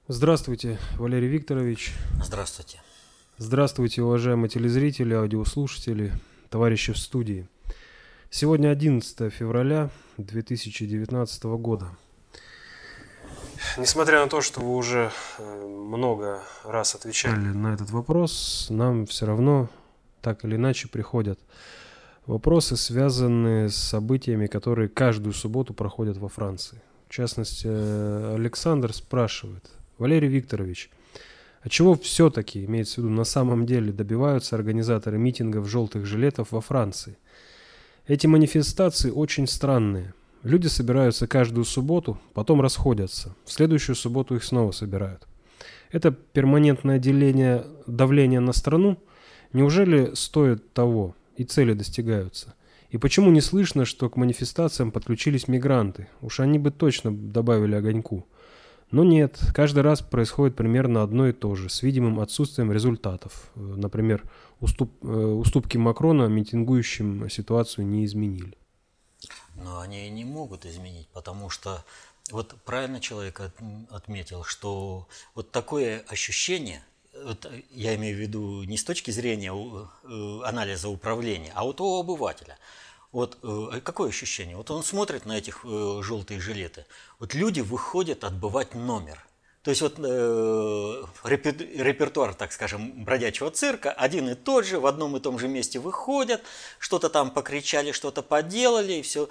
Здравствуйте, Валерий Викторович. Здравствуйте. Здравствуйте, уважаемые телезрители, аудиослушатели, товарищи в студии. Сегодня 11 февраля 2019 года. Несмотря на то, что вы уже много раз отвечали на этот вопрос, нам все равно так или иначе приходят вопросы, связанные с событиями, которые каждую субботу проходят во Франции. В частности, Александр спрашивает: Валерий Викторович, а чего все-таки, имеется в виду, на самом деле добиваются организаторы митингов желтых жилетов во Франции? Эти манифестации очень странные. Люди собираются каждую субботу, потом расходятся. В следующую субботу их снова собирают. Это перманентное давление на страну неужели стоит того, и цели достигаются? И почему не слышно, что к манифестациям подключились мигранты? Уж они бы точно добавили огоньку. Но нет, каждый раз происходит примерно одно и то же, с видимым отсутствием результатов. Например, уступки Макрона митингующим ситуацию не изменили. Но они не могут изменить, потому что вот правильно человек отметил, что вот такое ощущение, вот я имею в виду не с точки зрения анализа управления, а вот у обывателя. Вот какое ощущение? Вот он смотрит на этих желтые жилеты. Вот люди выходят отбывать номер. То есть вот репертуар, так скажем, бродячего цирка один и тот же, в одном и том же месте выходят, что-то там покричали, что-то поделали, и все.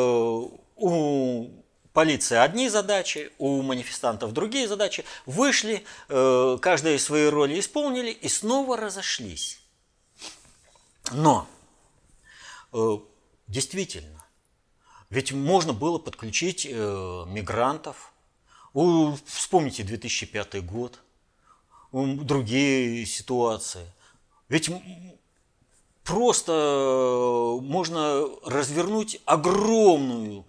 У полиции одни задачи, у манифестантов другие задачи. Вышли, каждая свои роли исполнили и снова разошлись. Но действительно, ведь можно было подключить мигрантов. Вспомните 2005 год, другие ситуации. Ведь просто можно развернуть огромную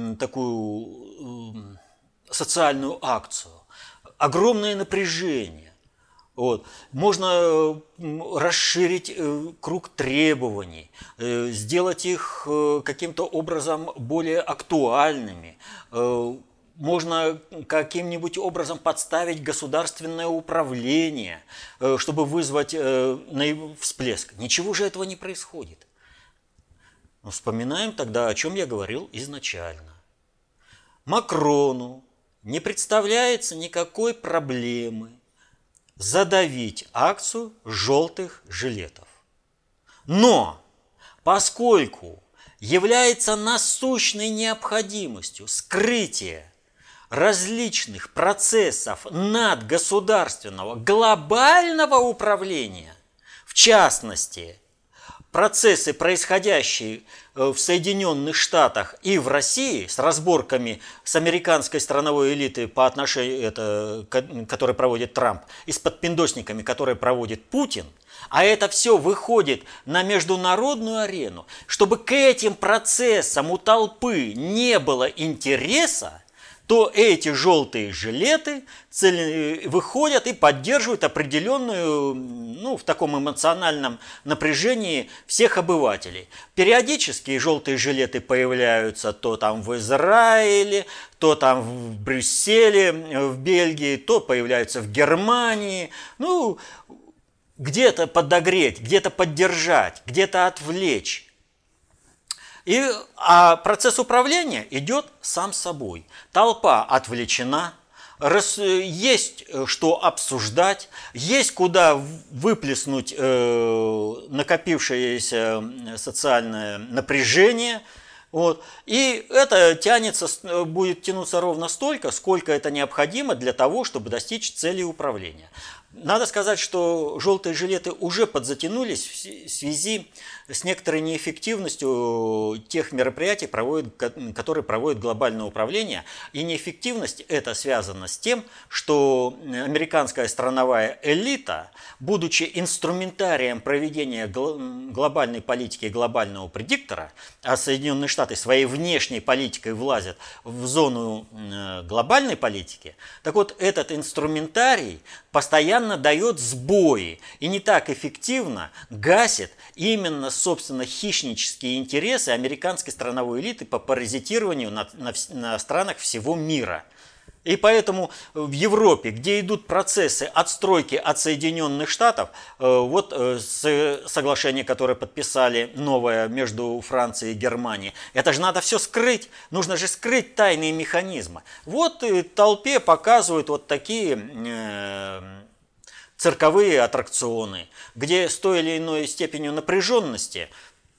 такую социальную акцию, огромное напряжение. Вот. Можно расширить круг требований, сделать их каким-то образом более актуальными. Можно каким-нибудь образом подставить государственное управление, чтобы вызвать всплеск. Ничего же этого не происходит. Но вспоминаем тогда, о чем я говорил изначально. Макрону не представляется никакой проблемы задавить акцию желтых жилетов. Но поскольку является насущной необходимостью скрытие различных процессов надгосударственного глобального управления, в частности, процессы, происходящие в Соединенных Штатах и в России, с разборками с американской страновой элитой по отношению, которые проводит Трамп, и с подпиндосниками, которые проводит Путин, а это все выходит на международную арену, чтобы к этим процессам у толпы не было интереса, то эти желтые жилеты выходят и поддерживают определенную, в таком эмоциональном напряжении всех обывателей. Периодически желтые жилеты появляются то там в Израиле, то там в Брюсселе, в Бельгии, то появляются в Германии. Где-то подогреть, где-то поддержать, где-то отвлечь. А процесс управления идет сам собой. Толпа отвлечена, есть что обсуждать, есть куда выплеснуть накопившееся социальное напряжение. Вот. И это будет тянуться ровно столько, сколько это необходимо для того, чтобы достичь цели управления. Надо сказать, что желтые жилеты уже подзатянулись в связи с некоторой неэффективностью тех мероприятий, которые проводит глобальное управление. И неэффективность это связана с тем, что американская страновая элита, будучи инструментарием проведения глобальной политики глобального предиктора, а Соединенные Штаты своей внешней политикой влазят в зону глобальной политики, так вот этот инструментарий постоянно дает сбои и не так эффективно гасит именно, собственно, хищнические интересы американской страновой элиты по паразитированию на странах всего мира. И поэтому в Европе, где идут процессы отстройки от Соединенных Штатов, вот соглашение, которое подписали новое между Францией и Германией, это же надо все скрыть, нужно же скрыть тайные механизмы. Вот толпе показывают вот такие цирковые аттракционы, где с той или иной степенью напряженности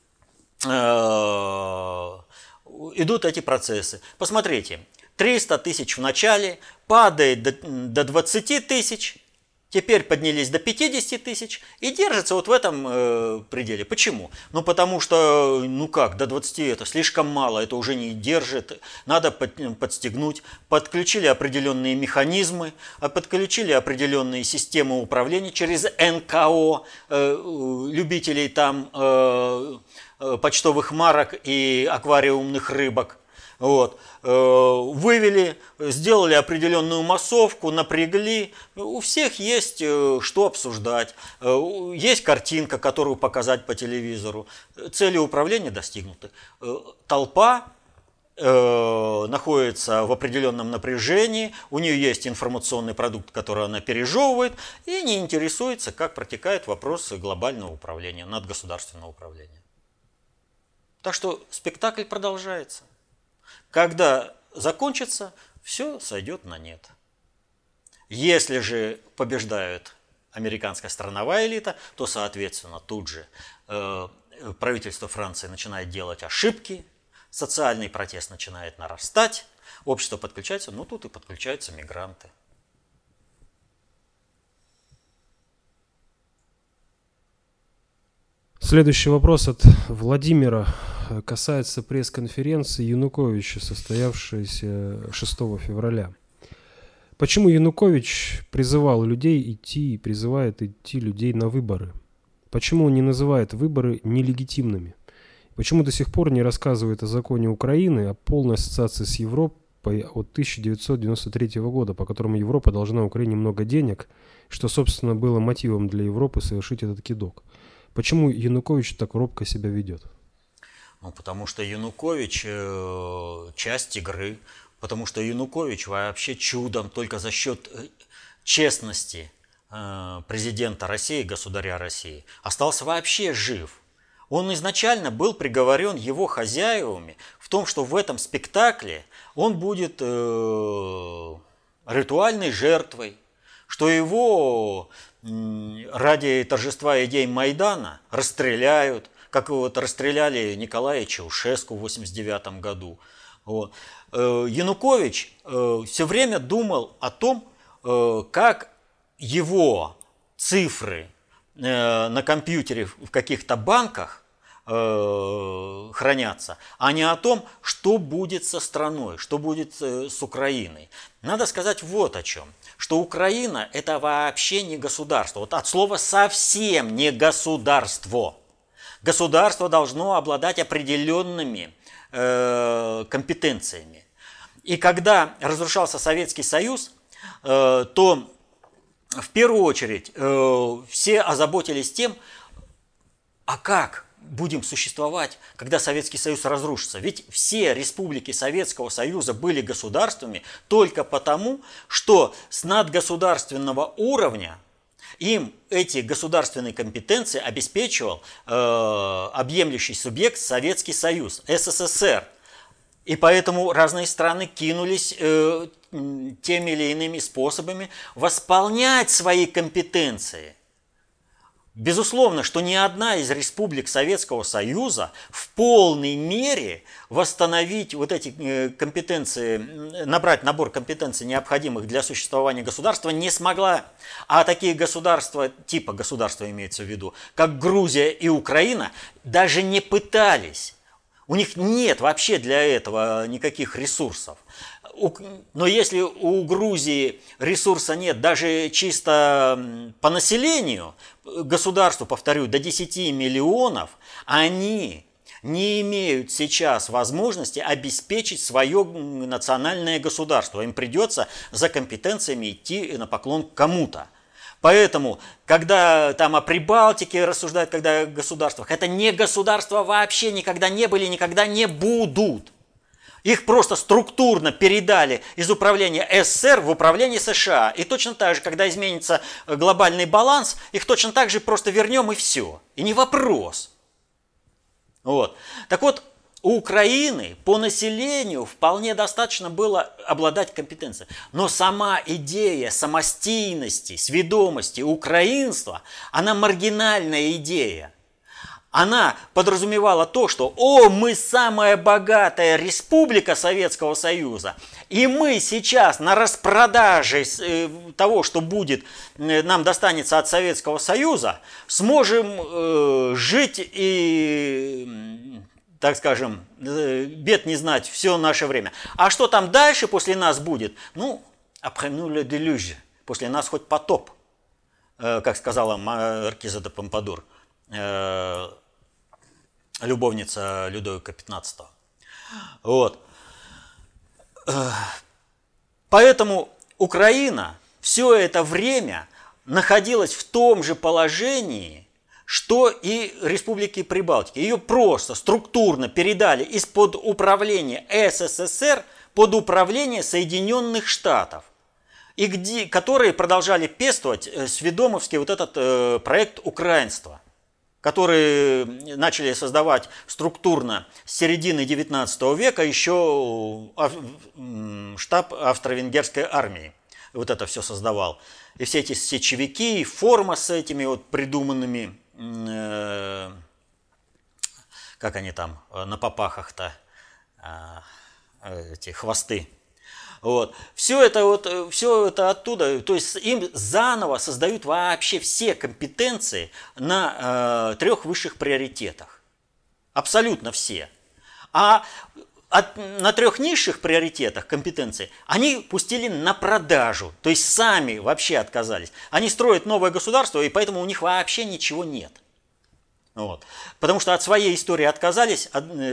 идут эти процессы. Посмотрите. 300 тысяч в начале, падает до 20 тысяч, теперь поднялись до 50 тысяч и держится вот в этом пределе. Почему? Ну, потому что, до 20 это слишком мало, это уже не держит, надо подстегнуть. Подключили определенные механизмы, подключили определенные системы управления через НКО, любителей там почтовых марок и аквариумных рыбок. Вот. Вывели, сделали определенную массовку, напрягли. У всех есть что обсуждать. Есть картинка, которую показать по телевизору. Цели управления достигнуты. Толпа находится в определенном напряжении, у нее есть информационный продукт, который она пережевывает, и не интересуется, как протекают вопросы глобального управления, надгосударственного управления. Так что спектакль продолжается. Когда закончится, все сойдет на нет. Если же побеждает американская страновая элита, то, соответственно, тут же правительство Франции начинает делать ошибки, социальный протест начинает нарастать, общество подключается, тут и подключаются мигранты. Следующий вопрос от Владимира касается пресс-конференции Януковича, состоявшейся 6 февраля. Почему Янукович призывал людей идти и призывает идти людей на выборы? Почему он не называет выборы нелегитимными? Почему до сих пор не рассказывает о законе Украины, о полной ассоциации с Европой от 1993 года, по которому Европа должна Украине много денег, что, собственно, было мотивом для Европы совершить этот кидок? Почему Янукович так робко себя ведет? Потому что Янукович часть игры, потому что Янукович вообще чудом только за счет честности президента России, государя России, остался вообще жив. Он изначально был приговорен его хозяевами в том, что в этом спектакле он будет ритуальной жертвой, что его ради торжества идей Майдана расстреляют, как вот расстреляли Николая Чаушеску в 1989 году. Вот. Янукович все время думал о том, как его цифры на компьютере в каких-то банках хранятся, а не о том, что будет со страной, что будет с Украиной. Надо сказать вот о чем, что Украина – это вообще не государство. Вот от слова совсем не государство. Государство должно обладать определенными компетенциями. И когда разрушался Советский Союз, то в первую очередь все озаботились тем, а как будем существовать, когда Советский Союз разрушится. Ведь все республики Советского Союза были государствами только потому, что с надгосударственного уровня им эти государственные компетенции обеспечивал объемлющий субъект Советский Союз, СССР. И поэтому разные страны кинулись теми или иными способами восполнять свои компетенции. Безусловно, что ни одна из республик Советского Союза в полной мере восстановить вот эти компетенции, набрать набор компетенций, необходимых для существования государства, не смогла. А такие государства, типа государства имеется в виду, как Грузия и Украина, даже не пытались. У них нет вообще для этого никаких ресурсов. Но если у Грузии ресурса нет даже чисто по населению, государству, повторю, до 10 миллионов, они не имеют сейчас возможности обеспечить свое национальное государство. Им придется за компетенциями идти на поклон к кому-то. Поэтому, когда там о Прибалтике рассуждают, когда о государствах, это не государства вообще никогда не были, никогда не будут. Их просто структурно передали из управления СССР в управление США. И точно так же, когда изменится глобальный баланс, их точно так же просто вернем и все. И не вопрос. Вот. Так вот, у Украины по населению вполне достаточно было обладать компетенцией. Но сама идея самостийности, сведомости, украинства, она маргинальная идея. Она подразумевала то, что мы самая богатая республика Советского Союза, и мы сейчас на распродаже того, что будет, нам достанется от Советского Союза, сможем жить и, так скажем, бед не знать все наше время. А что там дальше после нас будет? Après nous le déluge, после нас хоть потоп, как сказала маркиза де Помпадур, любовница Людовика XV. Вот. Поэтому Украина все это время находилась в том же положении, что и республики Прибалтики. Ее просто структурно передали из-под управления СССР под управление Соединенных Штатов, которые продолжали пестовать сведомовский вот этот проект украинства, которые начали создавать структурно с середины XIX века еще штаб австро-венгерской армии. Вот это все создавал. И все эти сечевики, форма с этими вот придуманными, как они там на попахах-то, эти хвосты. Вот. Все это оттуда, то есть им заново создают вообще все компетенции на 3 высших приоритетах. Абсолютно все. А на 3 низших приоритетах компетенции они пустили на продажу, то есть сами вообще отказались. Они строят новое государство, и поэтому у них вообще ничего нет. Вот. Потому что от своей истории отказались,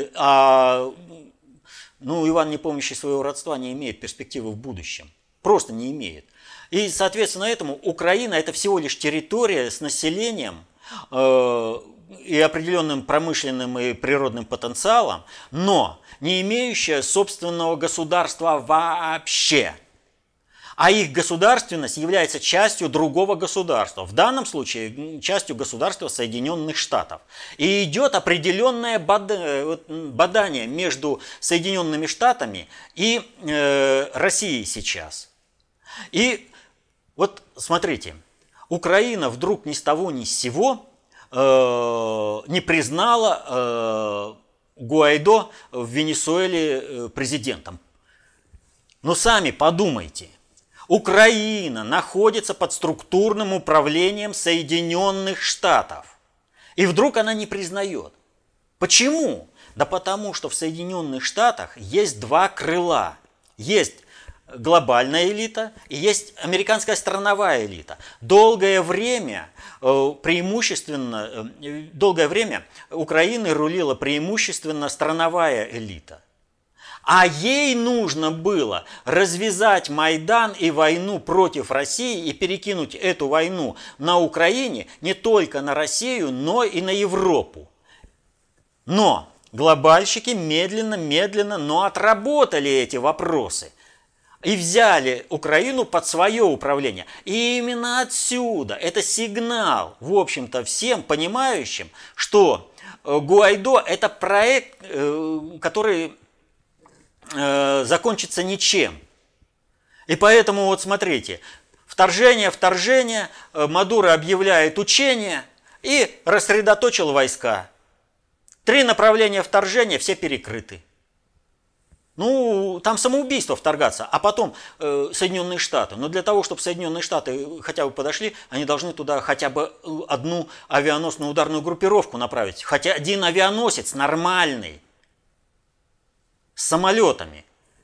Иван, не помнящий своего родства, не имеет перспективы в будущем. Просто не имеет. И, соответственно, этому Украина – это всего лишь территория с населением и определенным промышленным и природным потенциалом, но не имеющая собственного государства вообще. А их государственность является частью другого государства, в данном случае частью государства Соединенных Штатов. И идет определенное бадание между Соединенными Штатами и Россией сейчас. И вот смотрите, Украина вдруг ни с того ни с сего не признала Гуайдо в Венесуэле президентом. Но сами подумайте. Украина находится под структурным управлением Соединенных Штатов. И вдруг она не признает. Почему? Да потому что в Соединенных Штатах есть 2 крыла. Есть глобальная элита и есть американская страновая элита. Долгое время Украиной рулила преимущественно страновая элита. А ей нужно было развязать Майдан и войну против России и перекинуть эту войну на Украине не только на Россию, но и на Европу. Но глобальщики медленно, но отработали эти вопросы и взяли Украину под свое управление. И именно отсюда это сигнал, в общем-то, всем понимающим, что Гуайдо – это проект, который закончится ничем. И поэтому вот смотрите, вторжение, Мадуро объявляет учение и рассредоточил войска. 3 направления вторжения, все перекрыты. Там самоубийство вторгаться, а потом Соединенные Штаты. Но для того, чтобы Соединенные Штаты хотя бы подошли, они должны туда хотя бы одну авианосную ударную группировку направить. Хотя один авианосец нормальный, с самолетами.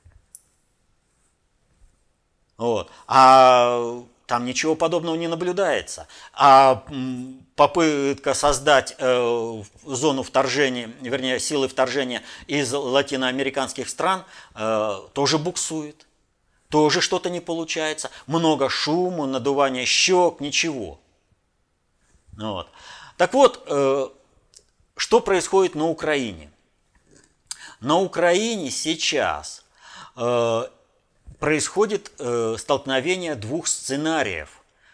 Вот. А там ничего подобного не наблюдается. А попытка создать зону вторжения, вернее, силы вторжения из латиноамериканских стран тоже буксует. Тоже что-то не получается. Много шума, надувания щек, ничего. Вот. Так вот, что происходит на Украине? На Украине сейчас происходит столкновение двух сценариев.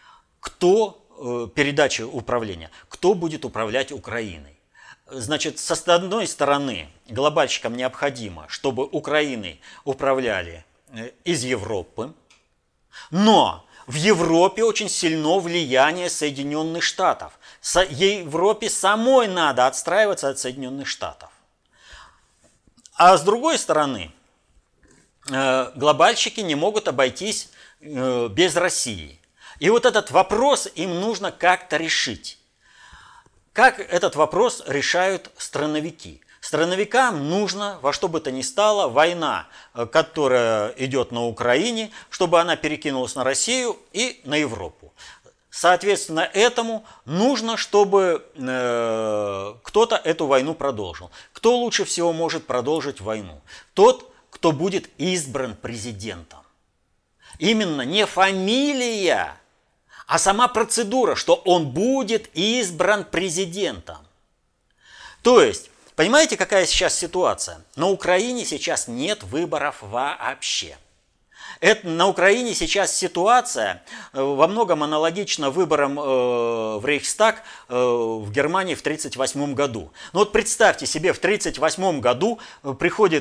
Передача управления, кто будет управлять Украиной. Значит, с одной стороны, глобальщикам необходимо, чтобы Украиной управляли из Европы, но в Европе очень сильно влияние Соединенных Штатов. Европе самой надо отстраиваться от Соединенных Штатов. А с другой стороны, глобальщики не могут обойтись без России. И вот этот вопрос им нужно как-то решить. Как этот вопрос решают страновики? Страновикам нужно во что бы то ни стало война, которая идет на Украине, чтобы она перекинулась на Россию и на Европу. Соответственно, этому нужно, чтобы кто-то эту войну продолжил. Кто лучше всего может продолжить войну? Тот, кто будет избран президентом. Именно не фамилия, а сама процедура, что он будет избран президентом. То есть, понимаете, какая сейчас ситуация? На Украине сейчас нет выборов вообще. На Украине сейчас ситуация во многом аналогична выборам в Рейхстаг в Германии в 1938 году. Но вот представьте себе, в 1938 году приходит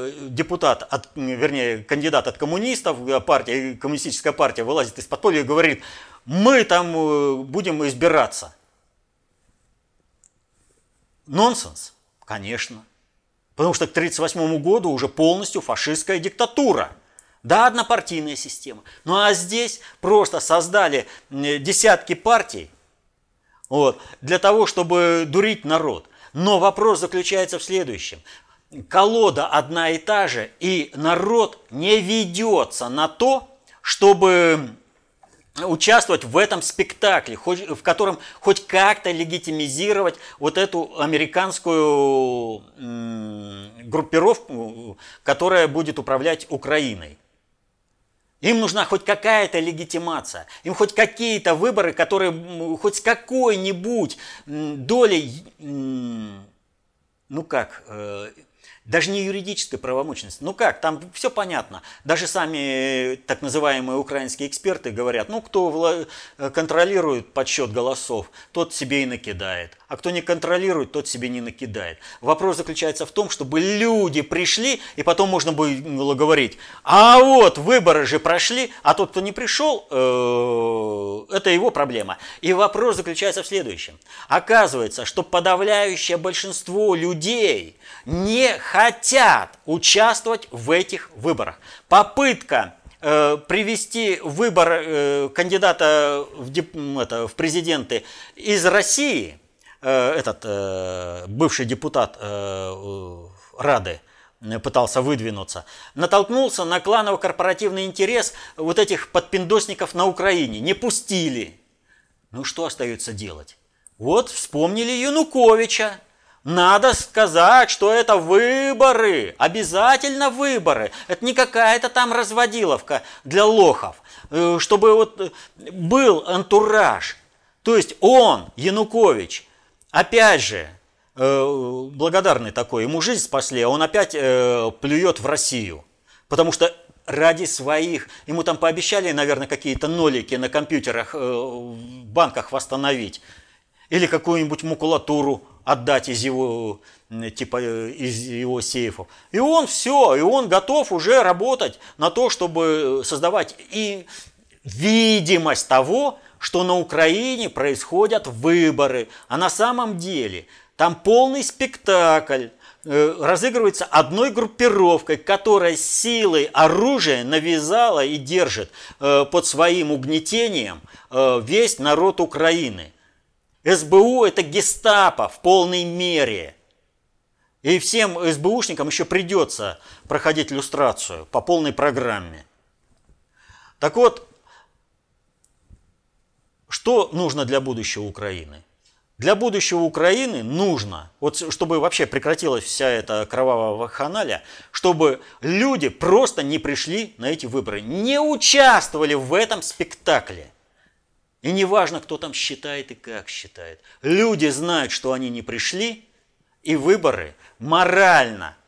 кандидат от коммунистов, коммунистическая партия вылазит из подполья и говорит: мы там будем избираться. Нонсенс? Конечно. Потому что к 1938 году уже полностью фашистская диктатура. Да, однопартийная система. Ну а здесь просто создали десятки партий для того, чтобы дурить народ. Но вопрос заключается в следующем. Колода одна и та же, и народ не ведется на то, чтобы участвовать в этом спектакле, в котором хоть как-то легитимизировать вот эту американскую группировку, которая будет управлять Украиной. Им нужна хоть какая-то легитимация, им хоть какие-то выборы, которые хоть с какой-нибудь долей, даже не юридической правомочности. Там все понятно. Даже сами так называемые украинские эксперты говорят, кто контролирует подсчет голосов, тот себе и накидает. А кто не контролирует, тот себе не накидает. Вопрос заключается в том, чтобы люди пришли, и потом можно было говорить: а вот выборы же прошли, а тот, кто не пришел, это его проблема. И вопрос заключается в следующем. Оказывается, что подавляющее большинство людей не хотят участвовать в этих выборах. Попытка привести выбор кандидата в президенты из России, бывший депутат Рады пытался выдвинуться, натолкнулся на кланово-корпоративный интерес вот этих подпиндосников на Украине. Не пустили. Что остается делать? Вспомнили Януковича. Надо сказать, что это выборы, обязательно выборы. Это не какая-то там разводиловка для лохов, чтобы был антураж. То есть он, Янукович, опять же, благодарный такой, ему жизнь спасли, а он опять плюет в Россию. Потому что ради своих, ему там пообещали, наверное, какие-то нолики на компьютерах в банках восстановить. Или какую-нибудь макулатуру отдать из его сейфов. И он готов уже работать на то, чтобы создавать и видимость того, что на Украине происходят выборы. А на самом деле там полный спектакль разыгрывается одной группировкой, которая силой оружия навязала и держит под своим угнетением весь народ Украины. СБУ – это гестапо в полной мере. И всем СБУшникам еще придется проходить люстрацию по полной программе. Так вот, что нужно для будущего Украины? Для будущего Украины нужно, чтобы вообще прекратилась вся эта кровавая вакханалия, чтобы люди просто не пришли на эти выборы, не участвовали в этом спектакле. И не важно, кто там считает и как считает. Люди знают, что они не пришли, и выборы морально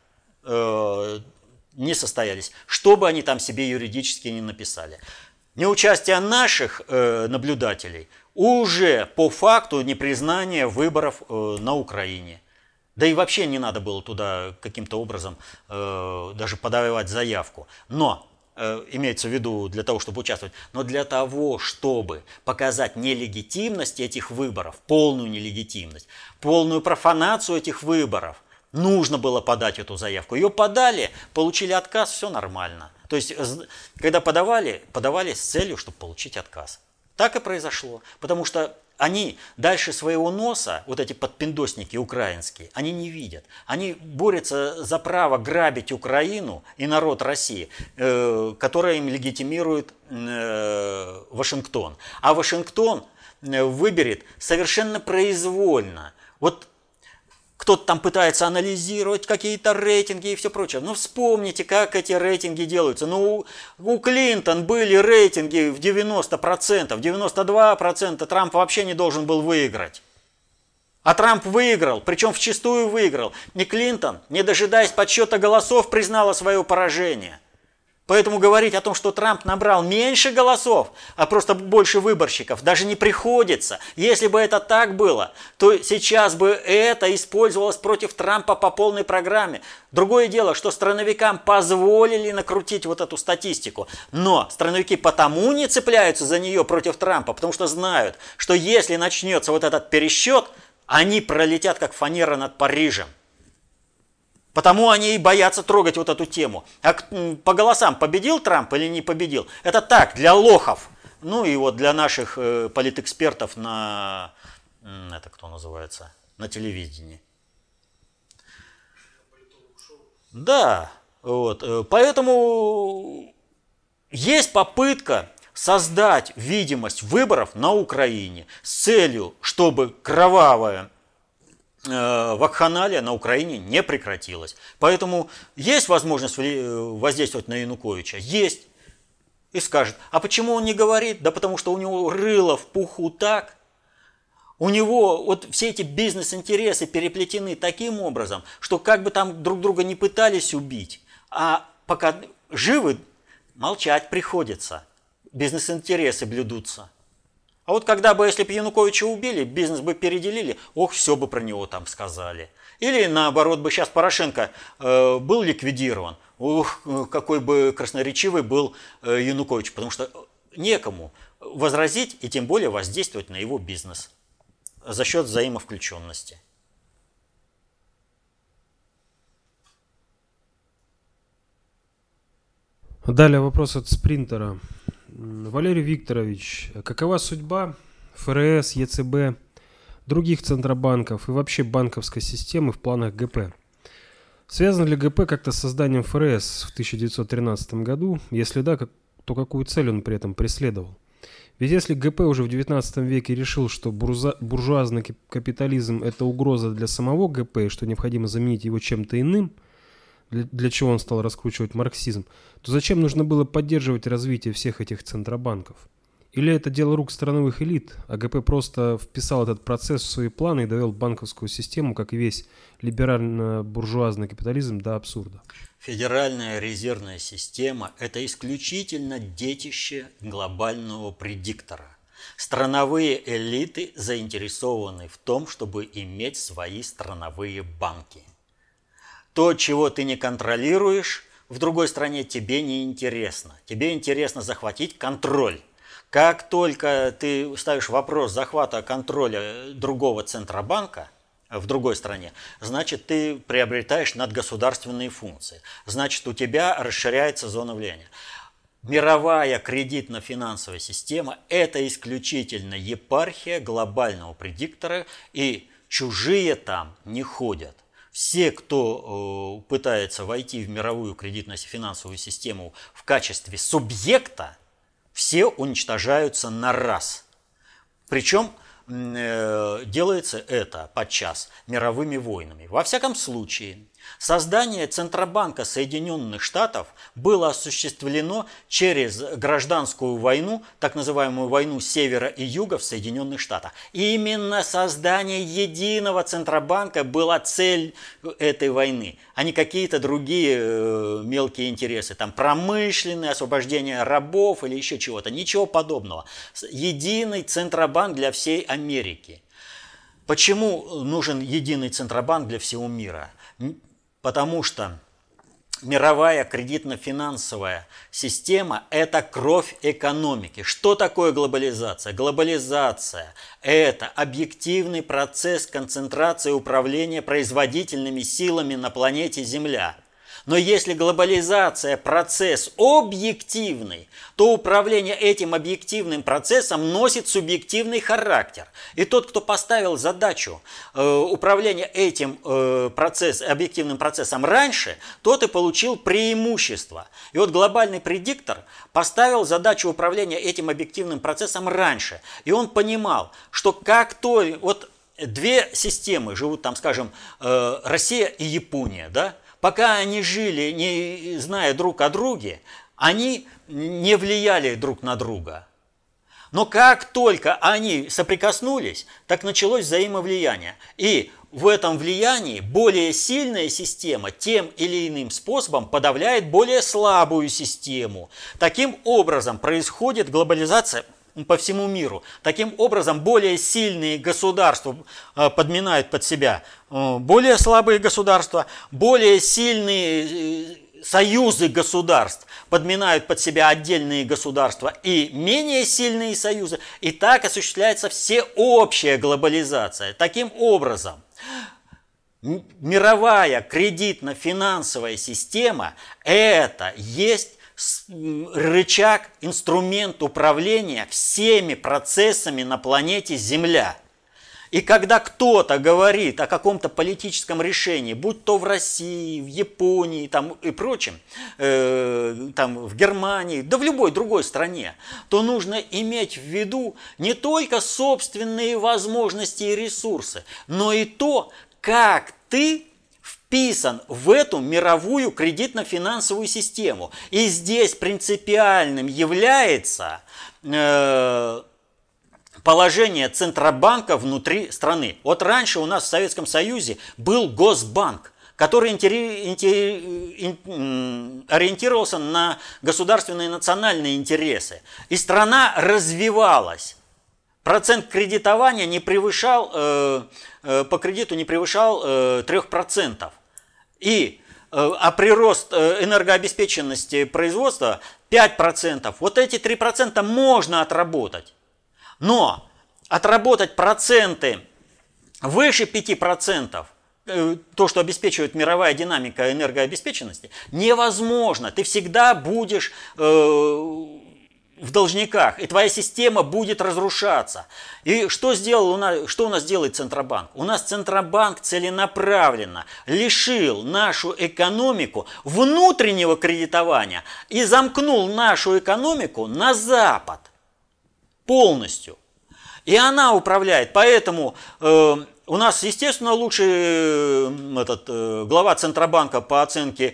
не состоялись, что бы они там себе юридически не написали. Неучастие наших наблюдателей уже по факту непризнания выборов на Украине. Да и вообще не надо было туда каким-то образом даже подавать заявку. Но, имеется в виду для того, чтобы участвовать, но для того, чтобы показать нелегитимность этих выборов, полную нелегитимность, полную профанацию этих выборов, нужно было подать эту заявку. Ее подали, получили отказ, все нормально. То есть, когда подавали с целью, чтобы получить отказ. Так и произошло. Потому что они дальше своего носа, вот эти подпиндосники украинские, они не видят. Они борются за право грабить Украину и народ России, которое им легитимирует Вашингтон. А Вашингтон выберет совершенно произвольно. Вот кто-то там пытается анализировать какие-то рейтинги и все прочее. Ну, вспомните, как эти рейтинги делаются. Ну, у Клинтон были рейтинги в 90%, 92% Трамп вообще не должен был выиграть. А Трамп выиграл, причем вчистую выиграл. И Клинтон, не дожидаясь подсчета голосов, признала свое поражение. Поэтому говорить о том, что Трамп набрал меньше голосов, а просто больше выборщиков, даже не приходится. Если бы это так было, то сейчас бы это использовалось против Трампа по полной программе. Другое дело, что страновикам позволили накрутить вот эту статистику. Но страновики потому не цепляются за нее против Трампа, потому что знают, что если начнется вот этот пересчет, они пролетят как фанера над Парижем. Потому они и боятся трогать вот эту тему. А по голосам победил Трамп или не победил? Это так, для лохов. Ну и вот для наших политэкспертов на, это кто называется, на телевидении. Да, вот. Поэтому есть попытка создать видимость выборов на Украине с целью, чтобы кровавая вакханалия на Украине не прекратилась. Поэтому есть возможность воздействовать на Януковича? Есть. И скажет, а почему он не говорит? Да потому что у него рыло в пуху так. У него вот все эти бизнес-интересы переплетены таким образом, что как бы там друг друга не пытались убить, а пока живы, молчать приходится. Бизнес-интересы блюдутся. А вот когда бы, если бы Януковича убили, бизнес бы переделили, ох, все бы про него там сказали. Или наоборот бы сейчас Порошенко был ликвидирован, ох, какой бы красноречивый был Янукович, потому что некому возразить и тем более воздействовать на его бизнес за счет взаимовключенности. Далее вопрос от спринтера. Валерий Викторович, какова судьба ФРС, ЕЦБ, других центробанков и вообще банковской системы в планах ГП? Связано ли ГП как-то с созданием ФРС в 1913 году? Если да, то какую цель он при этом преследовал? Ведь если ГП уже в 19 веке решил, что буржуазный капитализм – это угроза для самого ГП и что необходимо заменить его чем-то иным, для чего он стал раскручивать марксизм, то зачем нужно было поддерживать развитие всех этих центробанков? Или это дело рук страновых элит, а ГП просто вписал этот процесс в свои планы и довел банковскую систему, как и весь либерально-буржуазный капитализм, до абсурда? Федеральная резервная система – это исключительно детище глобального предиктора. Страновые элиты заинтересованы в том, чтобы иметь свои страновые банки. То, чего ты не контролируешь, в другой стране тебе не интересно. Тебе интересно захватить контроль. Как только ты ставишь вопрос захвата контроля другого центробанка в другой стране, значит, ты приобретаешь надгосударственные функции. Значит, у тебя расширяется зона влияния. Мировая кредитно-финансовая система – это исключительно епархия глобального предиктора, и чужие там не ходят. Все, кто пытается войти в мировую кредитно-финансовую систему в качестве субъекта, все уничтожаются на раз. Причем делается это подчас мировыми войнами. Во всяком случае, Создание Центробанка Соединенных Штатов было осуществлено через гражданскую войну, так называемую войну Севера и Юга в Соединенных Штатах. И именно создание единого Центробанка была цель этой войны, а не какие-то другие мелкие интересы, там промышленное, освобождение рабов или еще чего-то. Ничего подобного. Единый Центробанк для всей Америки. Почему нужен единый Центробанк для всего мира? Потому что мировая кредитно-финансовая система – это кровь экономики. Что такое глобализация? Глобализация – это объективный процесс концентрации управления производительными силами на планете Земля. Но если глобализация – процесс объективный, то управление этим объективным процессом носит субъективный характер. И тот, кто поставил задачу управления этим объективным процессом раньше, тот и получил преимущество. И вот глобальный предиктор поставил задачу управления этим объективным процессом раньше. И он понимал, что как то… Вот две системы живут там, скажем, Россия и Япония, да? Пока они жили, не зная друг о друге, они не влияли друг на друга. Но как только они соприкоснулись, так началось взаимовлияние. И в этом влиянии более сильная система тем или иным способом подавляет более слабую систему. Таким образом происходит глобализация по всему миру. Таким образом, более сильные государства подминают под себя более слабые государства, более сильные союзы государств подминают под себя отдельные государства и менее сильные союзы. И так осуществляется всеобщая глобализация. Таким образом, мировая кредитно-финансовая система – это есть рычаг, инструмент управления всеми процессами на планете Земля. И когда кто-то говорит о каком-то политическом решении, будь то в России, в Японии там, и прочем, там, в Германии, да в любой другой стране, то нужно иметь в виду не только собственные возможности и ресурсы, но и то, как ты вписан в эту мировую кредитно-финансовую систему. И здесь принципиальным является положение Центробанка внутри страны. Вот раньше у нас в Советском Союзе был Госбанк, который ориентировался на государственные национальные интересы. И страна развивалась. Процент кредитования не превышал, по кредиту не превышал 3%. А прирост энергообеспеченности производства 5%. Вот эти 3% можно отработать. Но отработать проценты выше 5%, то, что обеспечивает мировая динамика энергообеспеченности, невозможно. Ты всегда будешь в должниках, и твоя система будет разрушаться. И что у нас делает Центробанк? У нас Центробанк целенаправленно лишил нашу экономику внутреннего кредитования и замкнул нашу экономику на Запад полностью. И она управляет. Поэтому у нас, естественно, лучший глава Центробанка по оценке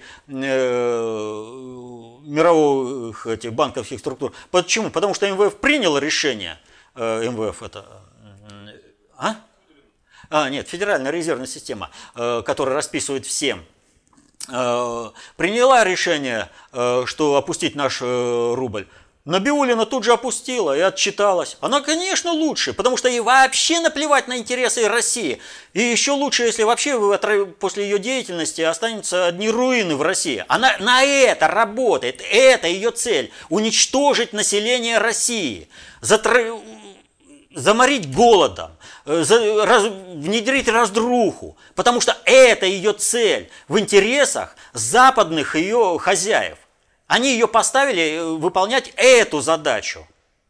мировых этих банковских структур. Почему? Потому что МВФ принял решение. МВФ это… Нет, Федеральная резервная система, которая расписывает всем. Приняла решение, что опустить наш рубль. Набиуллина тут же опустила и отчиталась. Она, конечно, лучше, потому что ей вообще наплевать на интересы России. И еще лучше, если вообще после ее деятельности останутся одни руины в России. Она на это работает, это ее цель. Уничтожить население России, заморить голодом, внедрить раздруху. Потому что это ее цель в интересах западных ее хозяев. Они ее поставили выполнять эту задачу.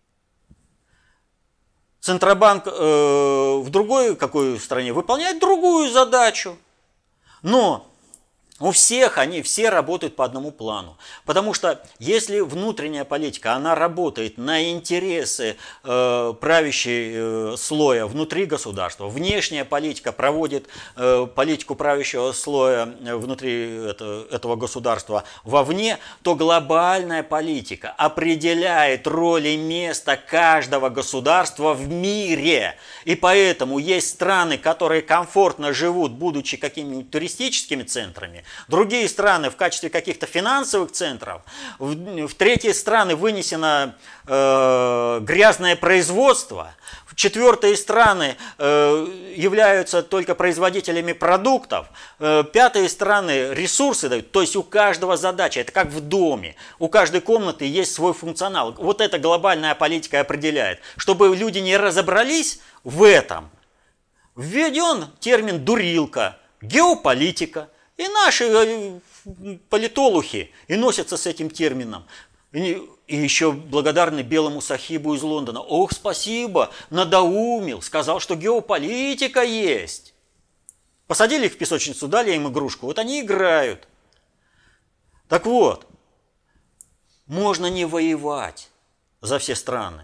Центробанк в другой какой стране выполняет другую задачу. Но У всех они все работают по одному плану. Потому что если внутренняя политика, она работает на интересы правящего слоя внутри государства, внешняя политика проводит политику правящего слоя внутри этого государства вовне, то глобальная политика определяет роль и место каждого государства в мире. И поэтому есть страны, которые комфортно живут, будучи какими-нибудь туристическими центрами, другие страны в качестве каких-то финансовых центров, в третьи страны вынесено грязное производство, в четвертые страны являются только производителями продуктов, пятые страны ресурсы дают, то есть у каждого задача, это как в доме, у каждой комнаты есть свой функционал. Вот эта глобальная политика определяет. Чтобы люди не разобрались в этом, введен термин «дурилка», геополитика. И наши политологи и носятся с этим термином. И еще благодарны белому сахибу из Лондона. Ох, спасибо, надоумил, сказал, что геополитика есть. Посадили их в песочницу, дали им игрушку, вот они играют. Так вот, можно не воевать за все страны.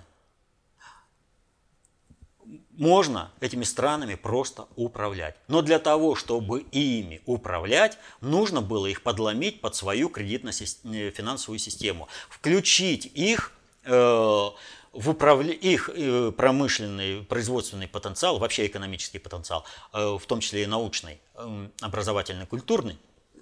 Можно этими странами просто управлять. Но для того, чтобы ими управлять, нужно было их подломить под свою кредитно-финансовую систему. Включить их их промышленный, производственный потенциал, вообще экономический потенциал, в том числе и научный, образовательный, культурный,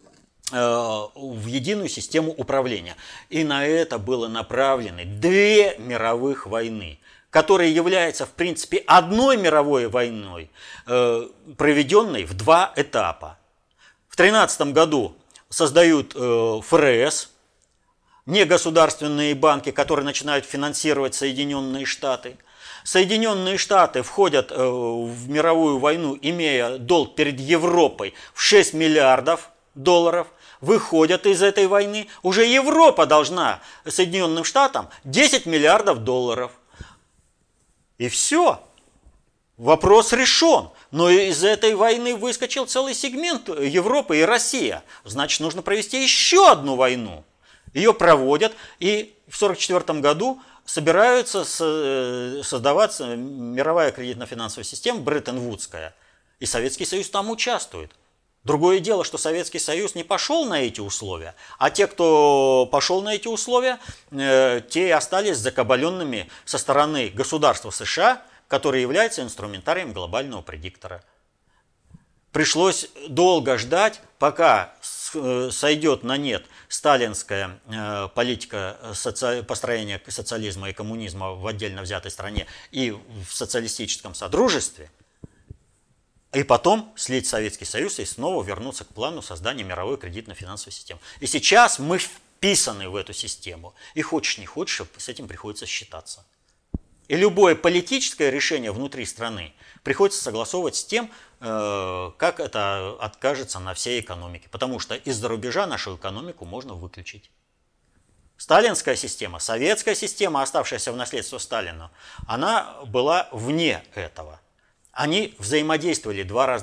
в единую систему управления. И на это было направлены 2 мировых войны, которая является, в принципе, одной мировой войной, проведенной в 2 этапа. В 1913 году создают ФРС, негосударственные банки, которые начинают финансировать Соединенные Штаты. Соединенные Штаты входят в мировую войну, имея долг перед Европой в 6 миллиардов долларов, выходят из этой войны. Уже Европа должна Соединенным Штатам 10 миллиардов долларов. И все. Вопрос решен. Но из этой войны выскочил целый сегмент Европы и Россия. Значит, нужно провести еще одну войну. Ее проводят, и в 1944 году собираются создаваться мировая кредитно-финансовая система Бреттон-Вудская. И Советский Союз там участвует. Другое дело, что Советский Союз не пошел на эти условия, а те, кто пошел на эти условия, те остались закабаленными со стороны государства США, которое является инструментарием глобального предиктора. Пришлось долго ждать, пока сойдет на нет сталинская политика построения социализма и коммунизма в отдельно взятой стране и в социалистическом содружестве, и потом слить Советский Союз и снова вернуться к плану создания мировой кредитно-финансовой системы. И сейчас мы вписаны в эту систему. И хочешь не хочешь, с этим приходится считаться. И любое политическое решение внутри страны приходится согласовывать с тем, как это откажется на всей экономике. Потому что из-за рубежа нашу экономику можно выключить. Сталинская система, советская система, оставшаяся в наследство Сталину, она была вне этого. Они взаимодействовали, 2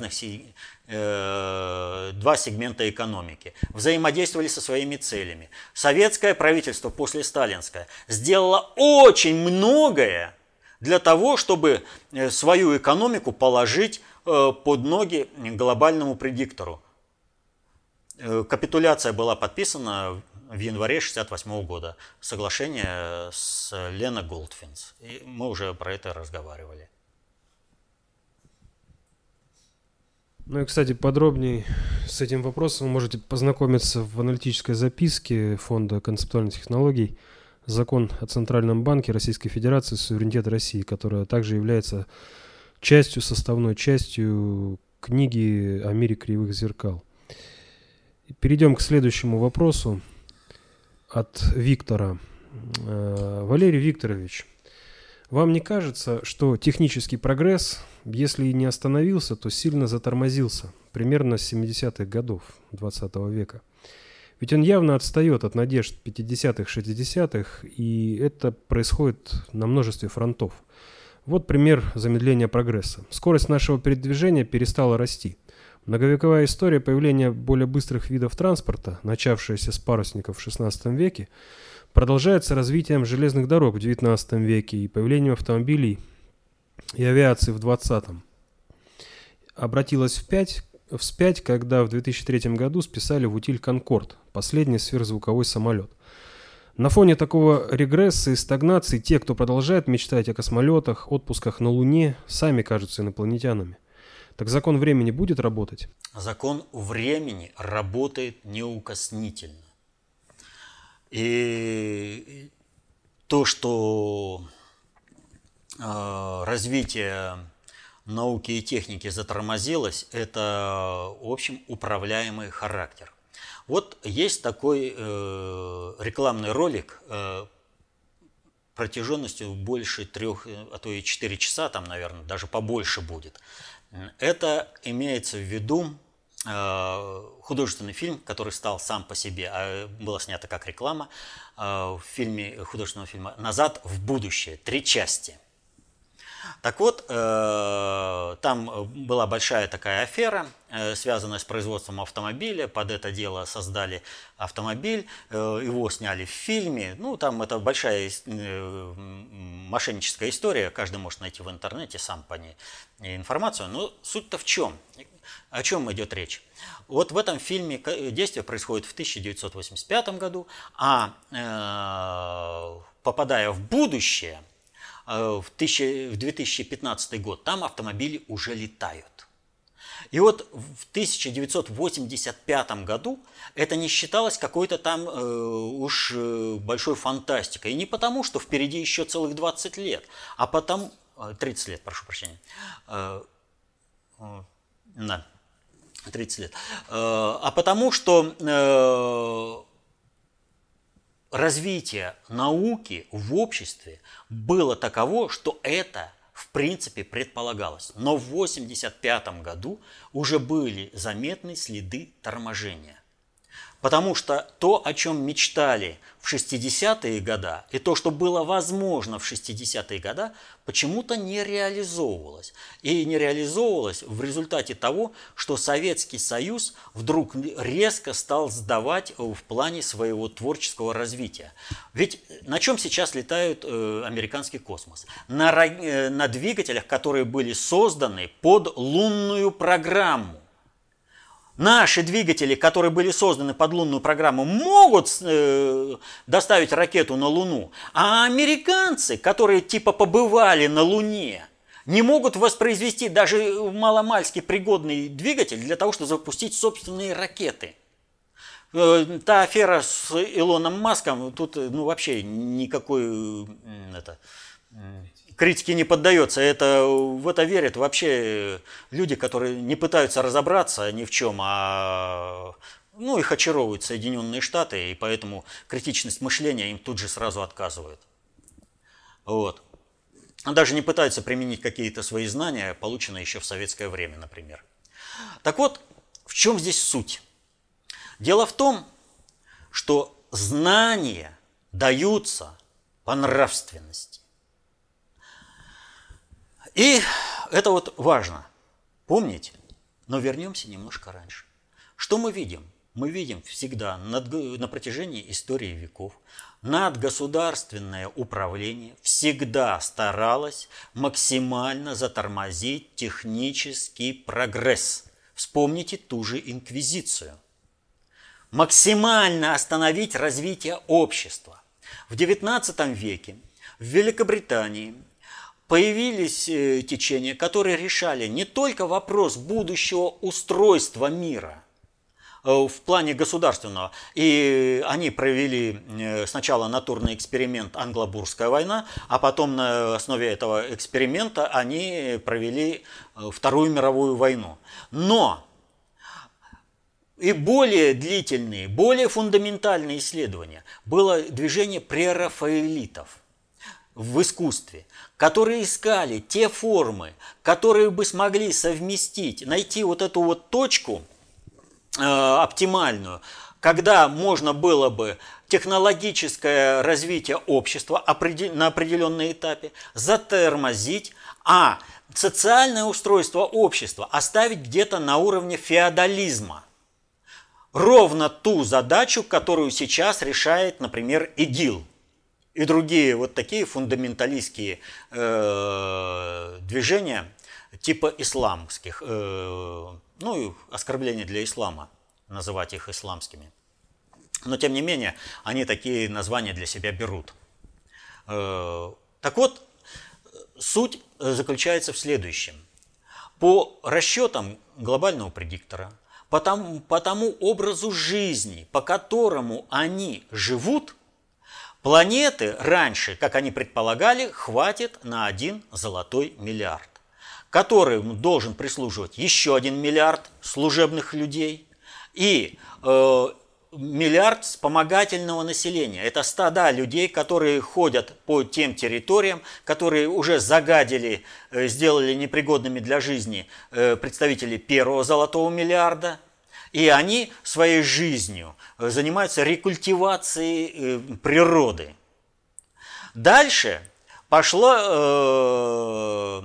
сегмента экономики, взаимодействовали со своими целями. Советское правительство после сталинское сделало очень многое для того, чтобы свою экономику положить под ноги глобальному предиктору. Капитуляция была подписана в январе 1968 года. Соглашение с Лена Голдфинс. И мы уже про это разговаривали. Ну и, кстати, подробнее с этим вопросом вы можете познакомиться в аналитической записке Фонда концептуальных технологий «Закон о Центральном банке Российской Федерации. Суверенитет России», которая также является составной частью книги о мире кривых зеркал. Перейдем к следующему вопросу от Виктора. Валерий Викторович, вам не кажется, что технический прогресс, если и не остановился, то сильно затормозился, примерно с 70-х годов 20 века? Ведь он явно отстает от надежд 50-х, 60-х, и это происходит на множестве фронтов. Вот пример замедления прогресса. Скорость нашего передвижения перестала расти. Многовековая история появления более быстрых видов транспорта, начавшаяся с парусников в XVI веке, продолжается развитием железных дорог в XIX веке и появлением автомобилей и авиации в XX. Обратилась вспять, когда в 2003 году списали в утиль «Конкорд», последний сверхзвуковой самолет. На фоне такого регресса и стагнации те, кто продолжает мечтать о космолетах, отпусках на Луне, сами кажутся инопланетянами. Так закон времени будет работать? Закон времени работает неукоснительно. И то, что развитие науки и техники затормозилось, это, в общем, управляемый характер. Вот есть такой рекламный ролик протяженностью больше 3, а то и 4 часа, там, наверное, даже побольше будет. Это имеется в виду художественный фильм, который стал сам по себе, а было снято как реклама, в фильме, художественного фильма «Назад в будущее», 3 части. Так вот, там была большая такая афера, связанная с производством автомобиля. Под это дело создали автомобиль, его сняли в фильме. Ну, там это большая мошенническая история, каждый может найти в интернете сам по ней информацию. Но суть-то в чем? О чем идет речь? Вот в этом фильме действие происходит в 1985 году, а попадая в будущее, в 2015 год, там автомобили уже летают. И вот в 1985 году это не считалось какой-то там уж большой фантастикой. И не потому, что впереди еще целых 20 лет, а потому... 30 лет, прошу прощения. 30 лет. А потому, что развитие науки в обществе было таково, что это в принципе предполагалось. Но в 1985 году уже были заметны следы торможения. Потому что то, о чем мечтали в 60-е годы, и то, что было возможно в 60-е годы, почему-то не реализовывалось. И не реализовывалось в результате того, что Советский Союз вдруг резко стал сдавать в плане своего творческого развития. Ведь на чем сейчас летают американский космос? На двигателях, которые были созданы под лунную программу. Наши двигатели, которые были созданы под лунную программу, могут доставить ракету на Луну, а американцы, которые типа побывали на Луне, не могут воспроизвести даже маломальски пригодный двигатель для того, чтобы запустить собственные ракеты. Та афера с Илоном Маском, тут вообще никакой критике не поддается. В это верят вообще люди, которые не пытаются разобраться ни в чем, а их очаровывают Соединенные Штаты, и поэтому критичность мышления им тут же сразу отказывают. Вот. Даже не пытаются применить какие-то свои знания, полученные еще в советское время, например. Так вот, в чем здесь суть? Дело в том, что знания даются по нравственности. И это вот важно помнить, но вернемся немножко раньше. Что мы видим? Мы видим всегда на протяжении истории веков надгосударственное управление всегда старалось максимально затормозить технический прогресс. Вспомните ту же инквизицию. Максимально остановить развитие общества. В XIX веке в Великобритании появились течения, которые решали не только вопрос будущего устройства мира в плане государственного. И они провели сначала натурный эксперимент «Англо-Бурская война», а потом на основе этого эксперимента они провели Вторую мировую войну. Но и более длительные, более фундаментальные исследования было движение прерафаэлитов в искусстве, которые искали те формы, которые бы смогли совместить, найти вот эту вот точку оптимальную, когда можно было бы технологическое развитие общества на определенном этапе затормозить, а социальное устройство общества оставить где-то на уровне феодализма. Ровно ту задачу, которую сейчас решает, например, ИГИЛ и другие вот такие фундаменталистские движения типа исламских, оскорбления для ислама, называть их исламскими. Но тем не менее, они такие названия для себя берут. Так вот, суть заключается в следующем. По расчетам глобального предиктора, по тому образу жизни, по которому они живут, планеты раньше, как они предполагали, хватит на 1 золотой миллиард, которым должен прислуживать еще 1 миллиард служебных людей и миллиард вспомогательного населения. Это стада людей, которые ходят по тем территориям, которые уже загадили, сделали непригодными для жизни представители первого золотого миллиарда. И они своей жизнью занимаются рекультивацией природы. Дальше пошло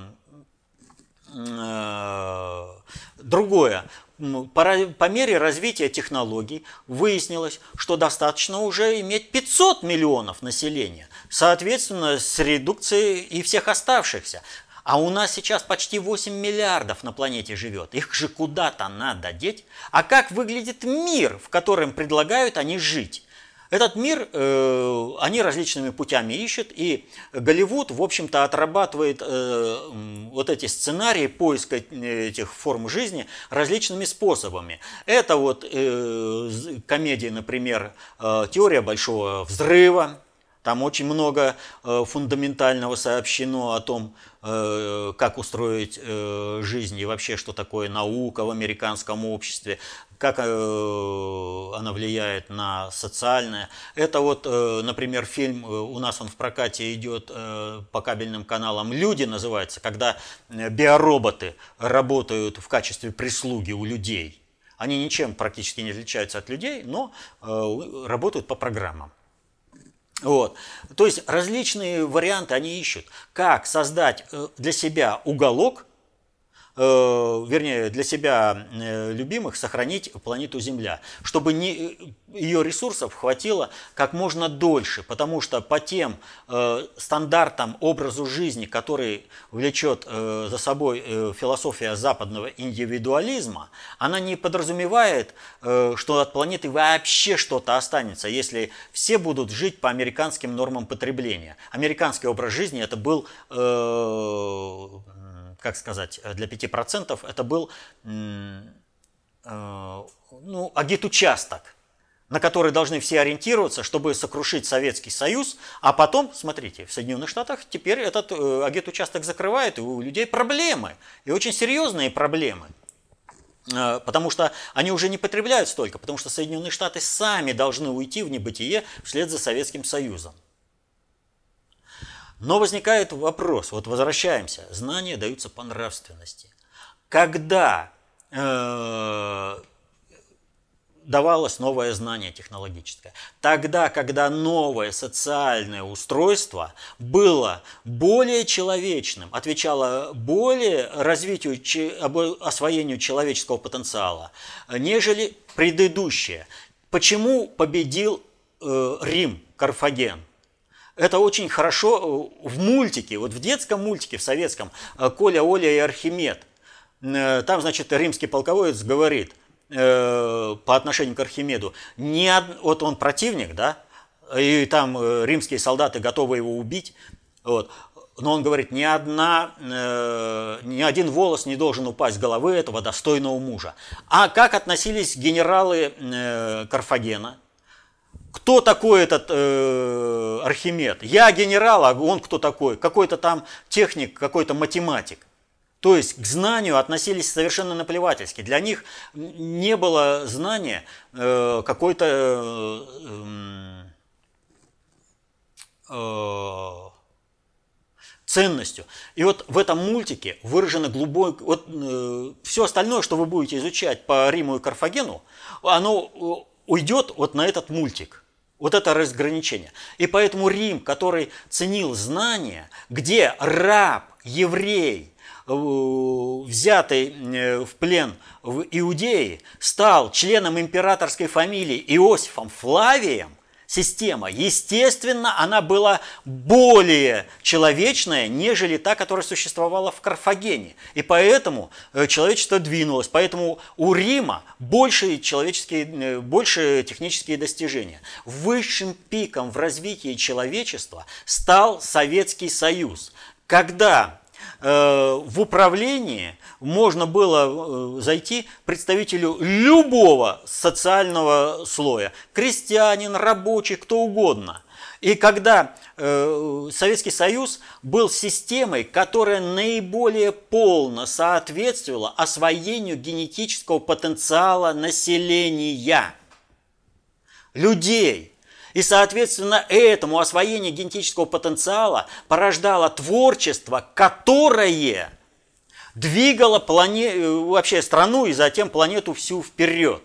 другое. По мере развития технологий выяснилось, что достаточно уже иметь 500 миллионов населения, соответственно, с редукцией и всех оставшихся. А у нас сейчас почти 8 миллиардов на планете живет. Их же куда-то надо деть. А как выглядит мир, в котором предлагают они жить? Этот мир они различными путями ищут, и Голливуд, в общем-то, отрабатывает вот эти сценарии поиска этих форм жизни различными способами. Это вот комедия, например, «Теория большого взрыва». Там очень много фундаментального сообщено о том, как устроить жизнь и вообще, что такое наука в американском обществе, как она влияет на социальное. Это вот, например, фильм, у нас он в прокате идет по кабельным каналам «Люди» называется, когда биороботы работают в качестве прислуги у людей. Они ничем практически не отличаются от людей, но работают по программам. Вот. То есть различные варианты они ищут, как создать для себя уголок, вернее, для себя любимых сохранить планету Земля, чтобы ее ресурсов хватило как можно дольше, потому что по тем стандартам, образу жизни, который влечет за собой философия западного индивидуализма, она не подразумевает, что от планеты вообще что-то останется, если все будут жить по американским нормам потребления. Американский образ жизни это был... как сказать, для 5% это был агитучасток, на который должны все ориентироваться, чтобы сокрушить Советский Союз, а потом, смотрите, в Соединенных Штатах теперь этот агитучасток закрывают, и у людей проблемы, и очень серьезные проблемы. Потому что они уже не потребляют столько, потому что Соединенные Штаты сами должны уйти в небытие вслед за Советским Союзом. Но возникает вопрос, вот возвращаемся, знания даются по нравственности. Когда давалось новое знание технологическое? Тогда, когда новое социальное устройство было более человечным, отвечало более развитию, освоению человеческого потенциала, нежели предыдущее. Почему победил Рим, Карфаген? Это очень хорошо в мультике, вот в детском мультике, в советском, «Коля, Оля и Архимед». Там, значит, римский полководец говорит по отношению к Архимеду, вот он противник, да, и там римские солдаты готовы его убить, вот, но он говорит, ни один волос не должен упасть с головы этого достойного мужа. А как относились генералы Карфагена? Кто такой этот Архимед? Я генерал, а он кто такой? Какой-то там техник, какой-то математик. То есть к знанию относились совершенно наплевательски. Для них не было знания какой-то ценностью. И вот в этом мультике выражено глубокое... Вот, все остальное, что вы будете изучать по Риму и Карфагену, оно уйдет вот на этот мультик, вот это разграничение. И поэтому Рим, который ценил знания, где раб, еврей, взятый в плен в Иудее, стал членом императорской фамилии Иосифом Флавием, система, естественно, она была более человечная, нежели та, которая существовала в Карфагене. И поэтому человечество двинулось. Поэтому у Рима больше технические достижения. Высшим пиком в развитии человечества стал Советский Союз, когда в управлении можно было зайти представителю любого социального слоя, крестьянин, рабочий, кто угодно. И когда Советский Союз был системой, которая наиболее полно соответствовала освоению генетического потенциала населения, людей. И, соответственно, этому освоение генетического потенциала порождало творчество, которое двигало вообще страну и затем планету всю вперед.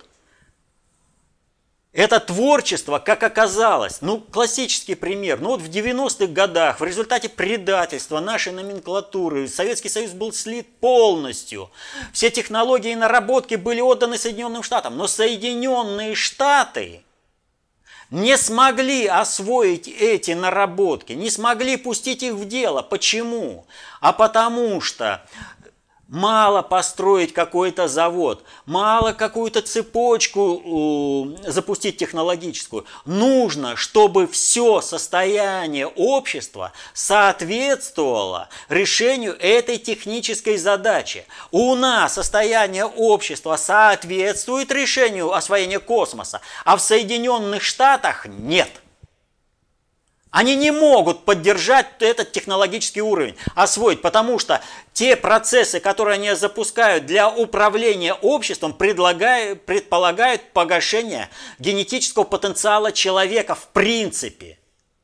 Это творчество, как оказалось, классический пример, вот в 90-х годах в результате предательства нашей номенклатуры Советский Союз был слит полностью. Все технологии и наработки были отданы Соединенным Штатам, но Соединенные Штаты не смогли освоить эти наработки, не смогли пустить их в дело. Почему? А потому что мало построить какой-то завод, мало какую-то цепочку запустить технологическую. Нужно, чтобы все состояние общества соответствовало решению этой технической задачи. У нас состояние общества соответствует решению освоения космоса, а в Соединенных Штатах нет. Они не могут поддержать этот технологический уровень, освоить, потому что те процессы, которые они запускают для управления обществом, предполагают погашение генетического потенциала человека в принципе.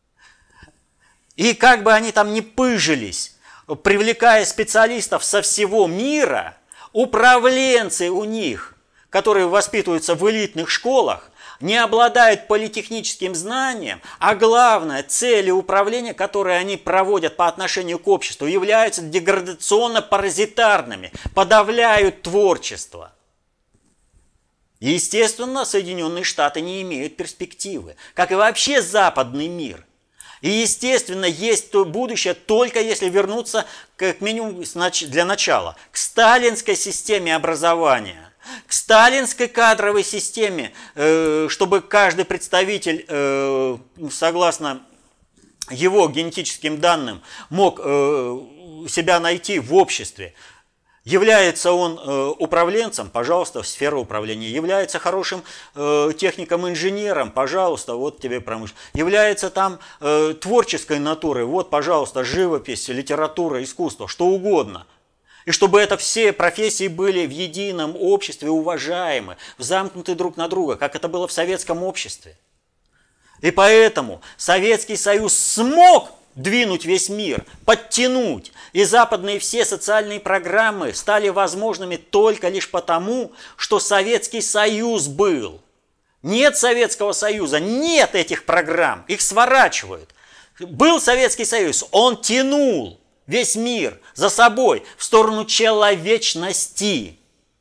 И как бы они там ни пыжились, привлекая специалистов со всего мира, управленцы у них, которые воспитываются в элитных школах, не обладают политехническим знанием, а главное, цели управления, которые они проводят по отношению к обществу, являются деградационно-паразитарными, подавляют творчество. Естественно, Соединенные Штаты не имеют перспективы, как и вообще западный мир. И, естественно, есть будущее только если вернуться, как минимум для начала, к сталинской системе образования. К сталинской кадровой системе, чтобы каждый представитель, согласно его генетическим данным, мог себя найти в обществе. Является он управленцем, пожалуйста, сфера управления. Является хорошим техником-инженером, пожалуйста, вот тебе промышленность. Является там творческой натурой, вот, пожалуйста, живопись, литература, искусство, что угодно. И чтобы это все профессии были в едином обществе уважаемы, замкнуты друг на друга, как это было в советском обществе. И поэтому Советский Союз смог двинуть весь мир, подтянуть. И западные все социальные программы стали возможными только лишь потому, что Советский Союз был. Нет Советского Союза, нет этих программ, их сворачивают. Был Советский Союз, он тянул весь мир за собой в сторону человечности.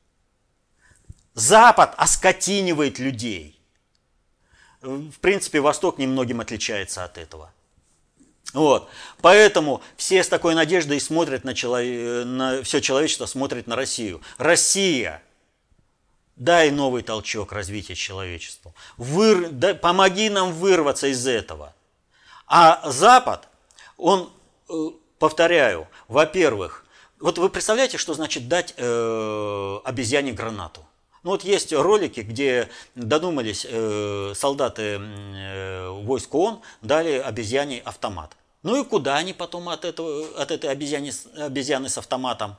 Запад оскотинивает людей. В принципе, Восток немногим отличается от этого. Вот. Поэтому все с такой надеждой смотрят на все человечество смотрит на Россию. Россия, дай новый толчок развития человечеству. Помоги нам вырваться из этого. А Запад, он... Повторяю, во-первых, вот вы представляете, что значит дать обезьяне гранату? Вот есть ролики, где додумались солдаты войск ООН, дали обезьяне автомат. И куда они потом от этой обезьяны с автоматом?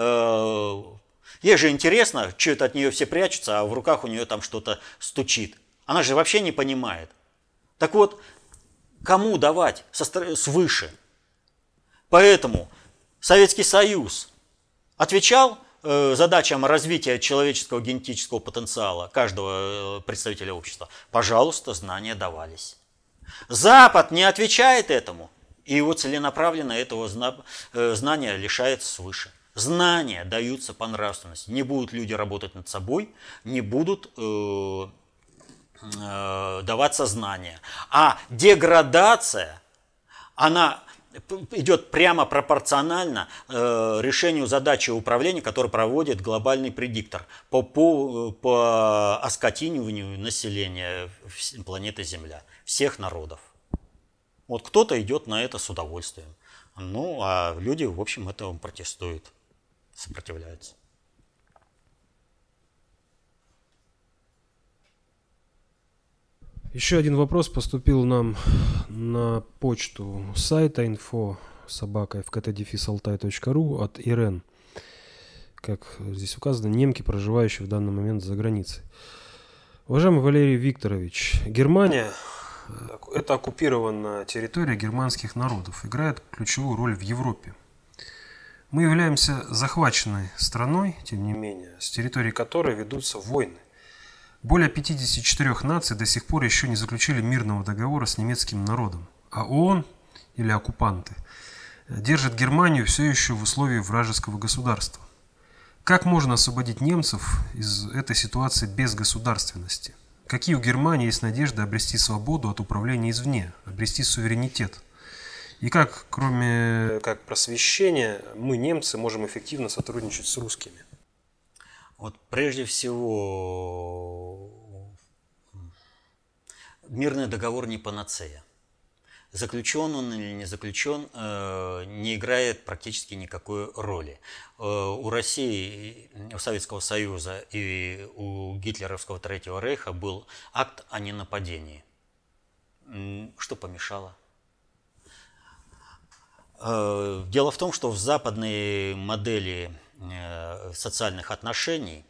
Ей же интересно, что это от нее все прячутся, а в руках у нее там что-то стучит. Она же вообще не понимает. Так вот, кому давать свыше? Поэтому Советский Союз отвечал задачам развития человеческого генетического потенциала каждого представителя общества, пожалуйста, знания давались. Запад не отвечает этому, и его целенаправленно этого знания лишает свыше. Знания даются по нравственности. Не будут люди работать над собой, не будут даваться знания. А деградация, она идет прямо пропорционально решению задачи управления, которую проводит глобальный предиктор по оскотиниванию населения планеты Земля, всех народов. Вот кто-то идет на это с удовольствием. Ну, а люди, в общем, этому протестуют, сопротивляются. Еще один вопрос поступил нам на почту сайта info@fkt-altai.ru от Ирен. Как здесь указано, немки, проживающие в данный момент за границей. Уважаемый Валерий Викторович, Германия – это оккупированная территория германских народов, играет ключевую роль в Европе. Мы являемся захваченной страной, тем не менее, с территории которой ведутся войны. Более 54 наций до сих пор еще не заключили мирного договора с немецким народом, а ООН, или оккупанты, держат Германию все еще в условии вражеского государства. Как можно освободить немцев из этой ситуации без государственности? Какие у Германии есть надежды обрести свободу от управления извне, обрести суверенитет? И как, кроме как просвещения, мы, немцы, можем эффективно сотрудничать с русскими? Вот прежде всего, мирный договор не панацея. Заключен он или не заключен, не играет практически никакой роли. У России, у Советского Союза и у гитлеровского Третьего Рейха был акт о ненападении. Что помешало? Дело в том, что в западной модели социальных отношений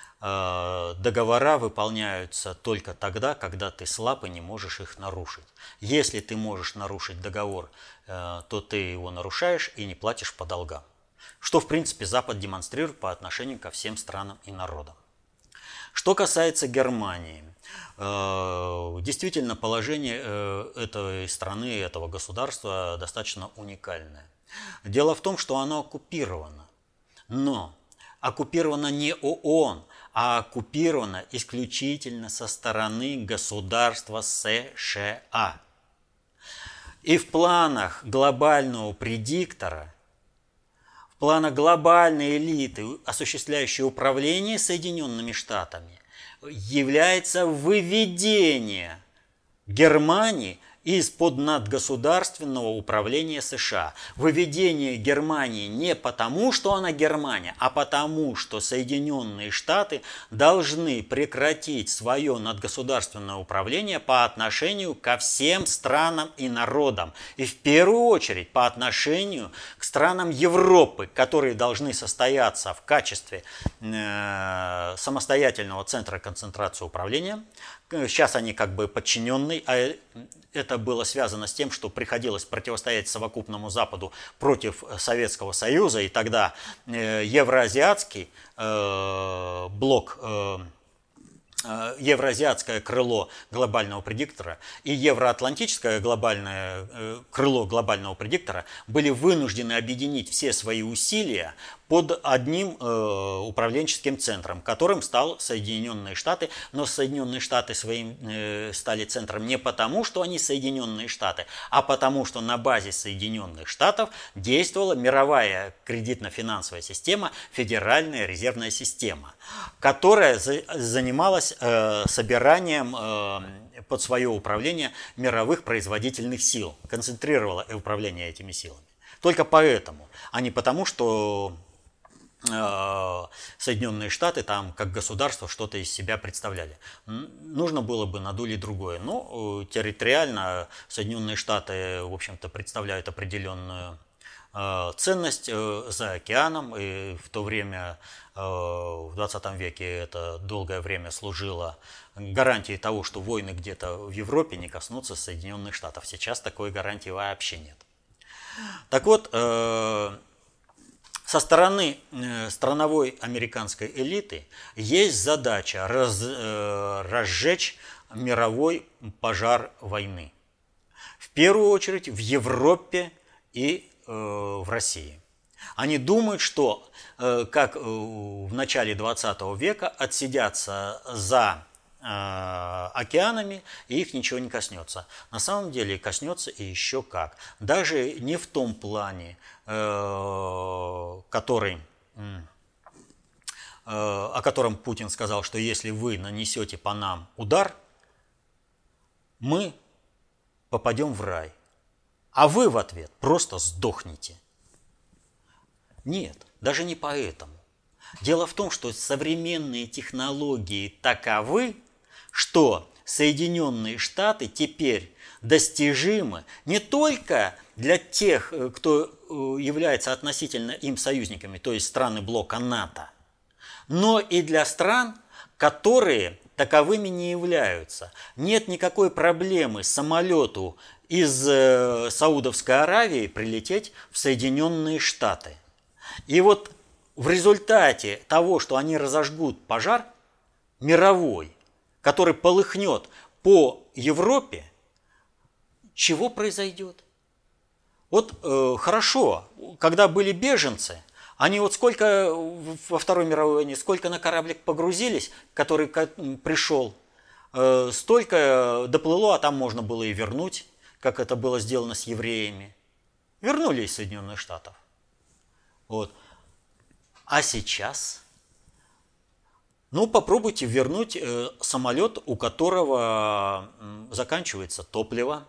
договора выполняются только тогда, когда ты слаб и не можешь их нарушить. Если ты можешь нарушить договор, то ты его нарушаешь и не платишь по долгам. Что, в принципе, Запад демонстрирует по отношению ко всем странам и народам. Что касается Германии, действительно положение этой страны, этого государства достаточно уникальное. Дело в том, что оно оккупировано. Но оккупировано не ООН, а оккупировано исключительно со стороны государства США. И в планах глобального предиктора, в планах глобальной элиты, осуществляющей управление Соединенными Штатами, является выведение Германии из-под надгосударственного управления США. Выведение Германии не потому, что она Германия, а потому, что Соединенные Штаты должны прекратить свое надгосударственное управление по отношению ко всем странам и народам. И в первую очередь по отношению к странам Европы, которые должны состояться в качестве самостоятельного центра концентрации управления. Сейчас они как бы подчиненные, а это было связано с тем, что приходилось противостоять совокупному Западу против Советского Союза, и тогда евроазиатский блок, евроазиатское крыло глобального предиктора и евроатлантическое крыло глобального предиктора были вынуждены объединить все свои усилия под одним управленческим центром, которым стал Соединенные Штаты. Но Соединенные Штаты стали центром не потому, что они Соединенные Штаты, а потому, что на базе Соединенных Штатов действовала мировая кредитно-финансовая система, Федеральная резервная система, которая занималась собиранием под свое управление мировых производительных сил, концентрировала управление этими силами. Только поэтому, а не потому, что Соединенные Штаты там как государство что-то из себя представляли. Нужно было бы надулить другое. Но территориально Соединенные Штаты, в общем-то, представляют определенную ценность за океаном. И в то время, в 20 веке, это долгое время служило гарантией того, что войны где-то в Европе не коснутся Соединенных Штатов. Сейчас такой гарантии вообще нет. Так вот, Со стороны страновой американской элиты есть задача разжечь мировой пожар войны. В первую очередь в Европе и в России. Они думают, что как в начале 20 века отсидятся за океанами, и их ничего не коснется. На самом деле коснется и еще как. Даже не в том плане, о котором Путин сказал, что если вы нанесете по нам удар, мы попадем в рай, а вы в ответ просто сдохнете. Нет, даже не поэтому. Дело в том, что современные технологии таковы, что Соединенные Штаты теперь достижимы не только для тех, кто является относительно им союзниками, то есть страны блока НАТО, но и для стран, которые таковыми не являются. Нет никакой проблемы самолету из Саудовской Аравии прилететь в Соединенные Штаты. И вот в результате того, что они разожгут пожар мировой, который полыхнет по Европе, чего произойдет? Вот хорошо, когда были беженцы, они вот сколько во Второй мировой войне, сколько на кораблик погрузились, который пришел, столько доплыло, а там можно было и вернуть, как это было сделано с евреями. Вернули из Соединенных Штатов. Вот. А сейчас? Ну, попробуйте вернуть самолет, у которого заканчивается топливо.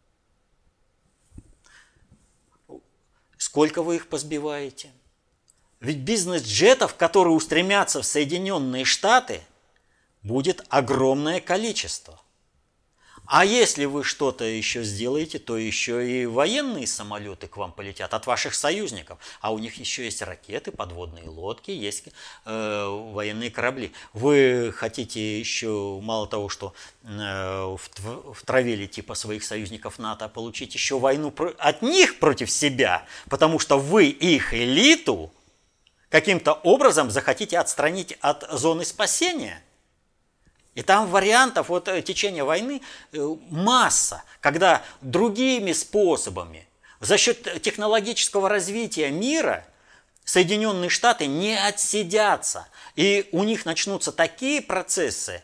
Сколько вы их позбиваете? Ведь бизнес-джетов, которые устремятся в Соединенные Штаты, будет огромное количество. А если вы что-то еще сделаете, то еще и военные самолеты к вам полетят от ваших союзников. А у них еще есть ракеты, подводные лодки, есть военные корабли. Вы хотите еще, мало того, что втравили типа своих союзников НАТО, получить еще войну от них против себя, потому что вы их элиту каким-то образом захотите отстранить от зоны спасения. И там вариантов вот течения войны масса, когда другими способами, за счет технологического развития мира, Соединенные Штаты не отсидятся. И у них начнутся такие процессы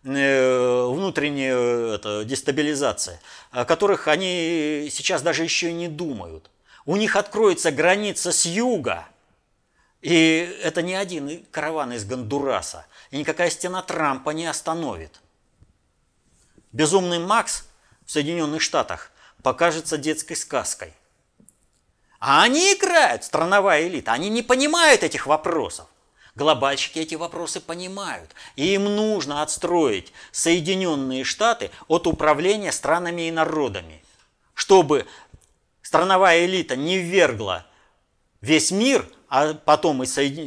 внутренней дестабилизации, о которых они сейчас даже еще и не думают. У них откроется граница с юга. И это не один караван из Гондураса. И никакая стена Трампа не остановит. Безумный Макс в Соединенных Штатах покажется детской сказкой. А они играют, страновая элита, они не понимают этих вопросов. Глобальщики эти вопросы понимают. И им нужно отстроить Соединенные Штаты от управления странами и народами, чтобы страновая элита не ввергла весь мир, а потом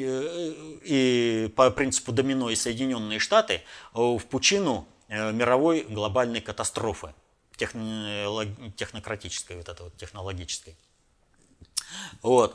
и по принципу домино и Соединенные Штаты в пучину мировой глобальной катастрофы, технократической, технологической. Вот.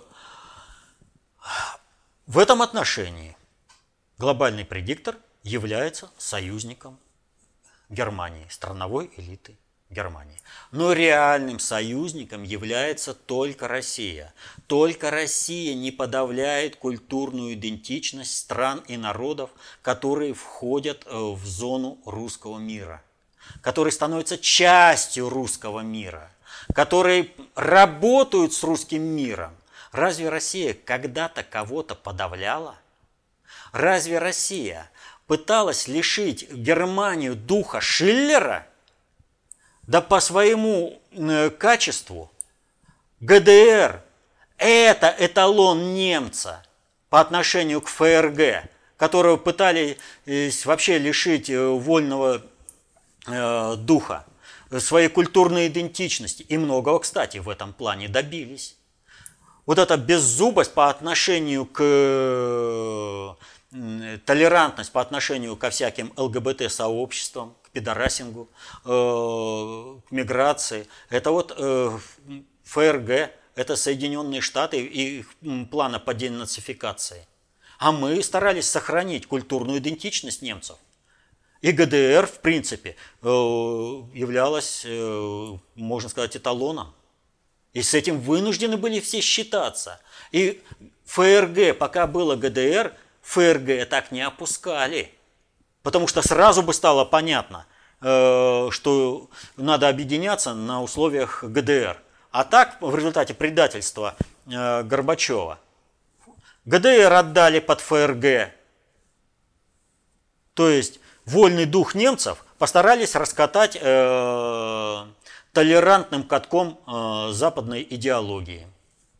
В этом отношении глобальный предиктор является союзником Германии, страновой элиты Германии. Но реальным союзником является только Россия. Только Россия не подавляет культурную идентичность стран и народов, которые входят в зону русского мира, которые становятся частью русского мира, которые работают с русским миром. Разве Россия когда-то кого-то подавляла? Разве Россия пыталась лишить Германию духа Шиллера? Да по своему качеству ГДР – это эталон немца по отношению к ФРГ, которого пытались вообще лишить вольного духа, своей культурной идентичности. И многого, кстати, в этом плане добились. Вот эта беззубость по отношению к толерантность по отношению ко всяким ЛГБТ-сообществам, к пидорасингу, к миграции. Это вот ФРГ это Соединенные Штаты и их плана по денацификации. А мы старались сохранить культурную идентичность немцев. И ГДР, в принципе, являлась, можно сказать, эталоном. И с этим вынуждены были все считаться. И ФРГ, пока было ГДР, ФРГ так не опускали. Потому что сразу бы стало понятно, что надо объединяться на условиях ГДР. А так, в результате предательства Горбачева, ГДР отдали под ФРГ. То есть вольный дух немцев постарались раскатать толерантным катком западной идеологии.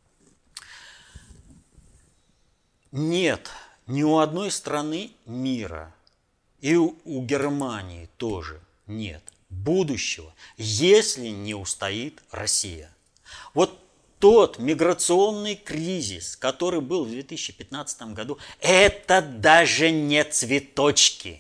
Нет ни у одной страны мира, и у Германии тоже нет будущего, если не устоит Россия. Вот тот миграционный кризис, который был в 2015 году, это даже не цветочки.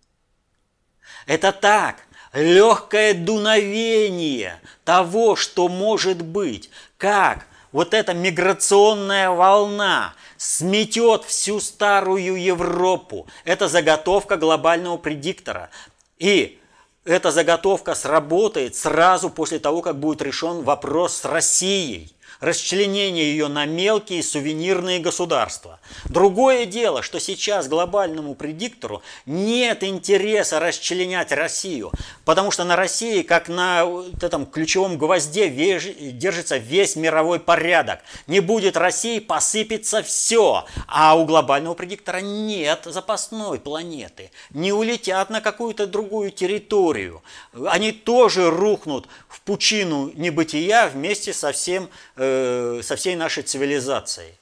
Это так, легкое дуновение того, что может быть, как вот эта миграционная волна сметет всю старую Европу. Это заготовка глобального предиктора. И эта заготовка сработает сразу после того, как будет решен вопрос с Россией. Расчленение ее на мелкие сувенирные государства. Другое дело, что сейчас глобальному предиктору нет интереса расчленять Россию, потому что на России, как на этом ключевом гвозде, держится весь мировой порядок. Не будет России, посыпется все. А у глобального предиктора нет запасной планеты. Не улетят на какую-то другую территорию. Они тоже рухнут в пучину небытия вместе со всей нашей цивилизацией.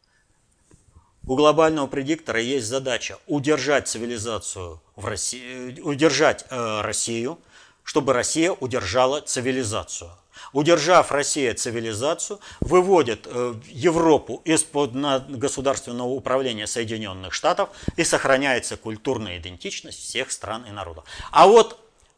У глобального предиктора есть задача удержать цивилизацию в России, удержать Россию, чтобы Россия удержала цивилизацию. Удержав Россия цивилизацию, выводит Европу из-под государственного управления Соединенных Штатов и сохраняется культурная идентичность всех стран и народов. А вот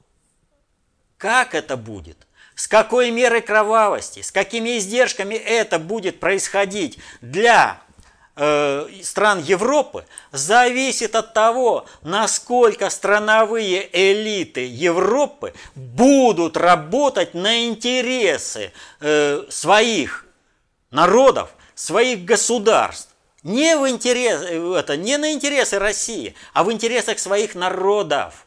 как это будет? С какой мерой кровавости, с какими издержками это будет происходить для стран Европы, зависит от того, насколько страновые элиты Европы будут работать на интересы своих народов, своих государств. Не на интересы России, а в интересах своих народов.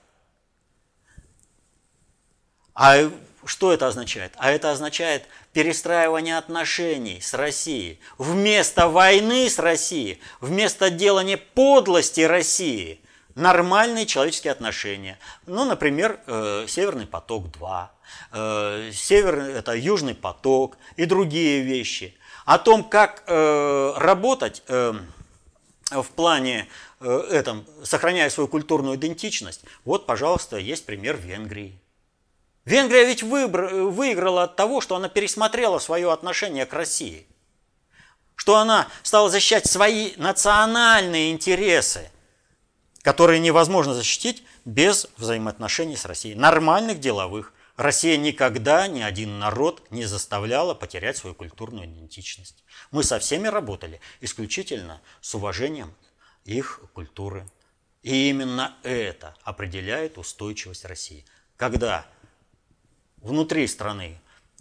А что это означает? А это означает перестраивание отношений с Россией. Вместо войны с Россией, вместо делания подлости России, нормальные человеческие отношения. Ну, например, Северный поток-2, это Южный поток и другие вещи. О том, как работать в плане сохраняя свою культурную идентичность, вот, пожалуйста, есть пример Венгрии. Венгрия ведь выиграла от того, что она пересмотрела свое отношение к России. Что она стала защищать свои национальные интересы, которые невозможно защитить без взаимоотношений с Россией. Нормальных, деловых. Россия никогда ни один народ не заставляла потерять свою культурную идентичность. Мы со всеми работали исключительно с уважением их культуры. И именно это определяет устойчивость России. Когда внутри страны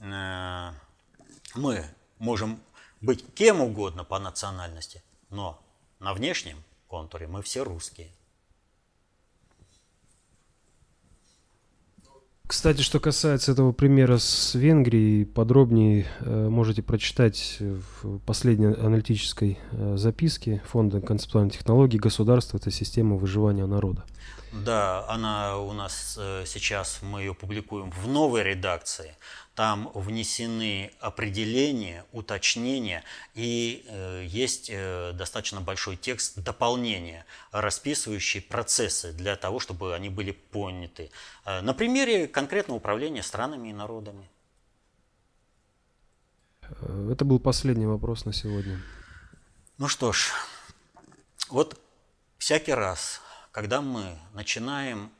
мы можем быть кем угодно по национальности, но на внешнем контуре мы все русские. Кстати, что касается этого примера с Венгрией, подробнее можете прочитать в последней аналитической записке Фонда концептуальных технологий «Государство – это система выживания народа». Да, она у нас сейчас, мы ее публикуем в новой редакции. Там внесены определения, уточнения и есть достаточно большой текст дополнения, расписывающий процессы для того, чтобы они были поняты на примере конкретного управления странами и народами. Это был последний вопрос на сегодня. Ну что ж, вот всякий раз, когда мы начинаем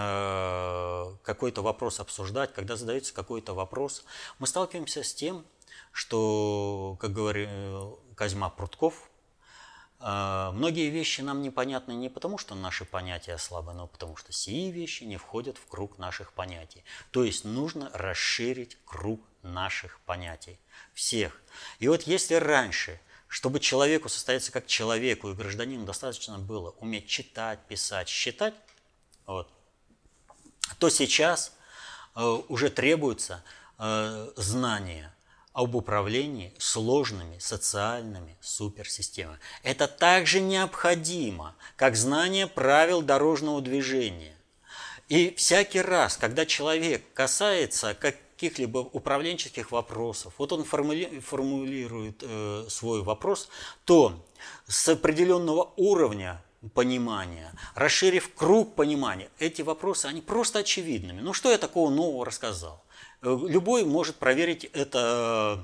какой-то вопрос обсуждать, когда задается какой-то вопрос, мы сталкиваемся с тем, что, как говорил Козьма Прутков, многие вещи нам непонятны не потому, что наши понятия слабы, но потому что сии вещи не входят в круг наших понятий. То есть нужно расширить круг наших понятий. Всех. И вот если раньше, чтобы человеку состояться как человеку и гражданину, достаточно было уметь читать, писать, считать, вот, то сейчас уже требуется знание об управлении сложными социальными суперсистемами. Это также необходимо, как знание правил дорожного движения. И всякий раз, когда человек касается каких-либо управленческих вопросов, вот он формулирует свой вопрос, то с определенного уровня понимания, расширив круг понимания, эти вопросы, они просто очевидными. Ну, что я такого нового рассказал? Любой может проверить это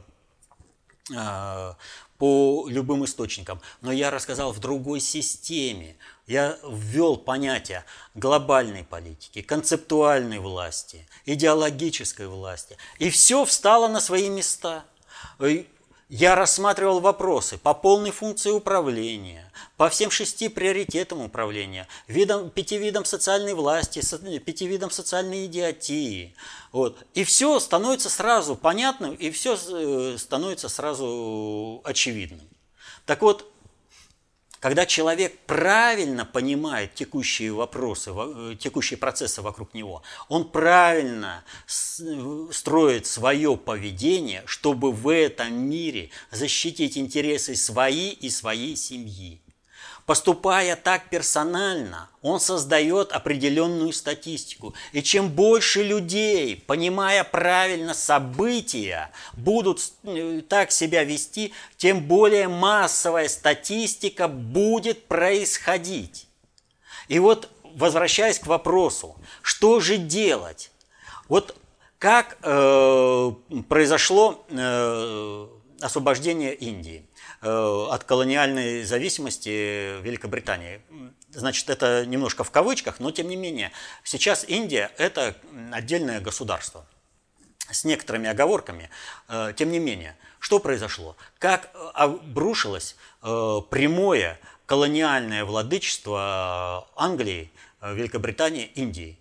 по любым источникам. Но я рассказал в другой системе. Я ввел понятия глобальной политики, концептуальной власти, идеологической власти. И все встало на свои места. Я рассматривал вопросы по полной функции управления, по всем 6 приоритетам управления, 5 видам социальной власти, 5 видам социальной идиотии. Вот. И все становится сразу понятным, и все становится сразу очевидным. Так вот, когда человек правильно понимает текущие вопросы, текущие процессы вокруг него, он правильно строит свое поведение, чтобы в этом мире защитить интересы свои и своей семьи. Поступая так персонально, он создает определенную статистику. И чем больше людей, понимая правильно события, будут так себя вести, тем более массовая статистика будет происходить. И вот, возвращаясь к вопросу, что же делать? Вот как произошло освобождение Индии от колониальной зависимости Великобритании. Значит, это немножко в кавычках, но тем не менее. Сейчас Индия – это отдельное государство. С некоторыми оговорками. Тем не менее, что произошло? Как обрушилось прямое колониальное владычество Англии, Великобритании, Индии?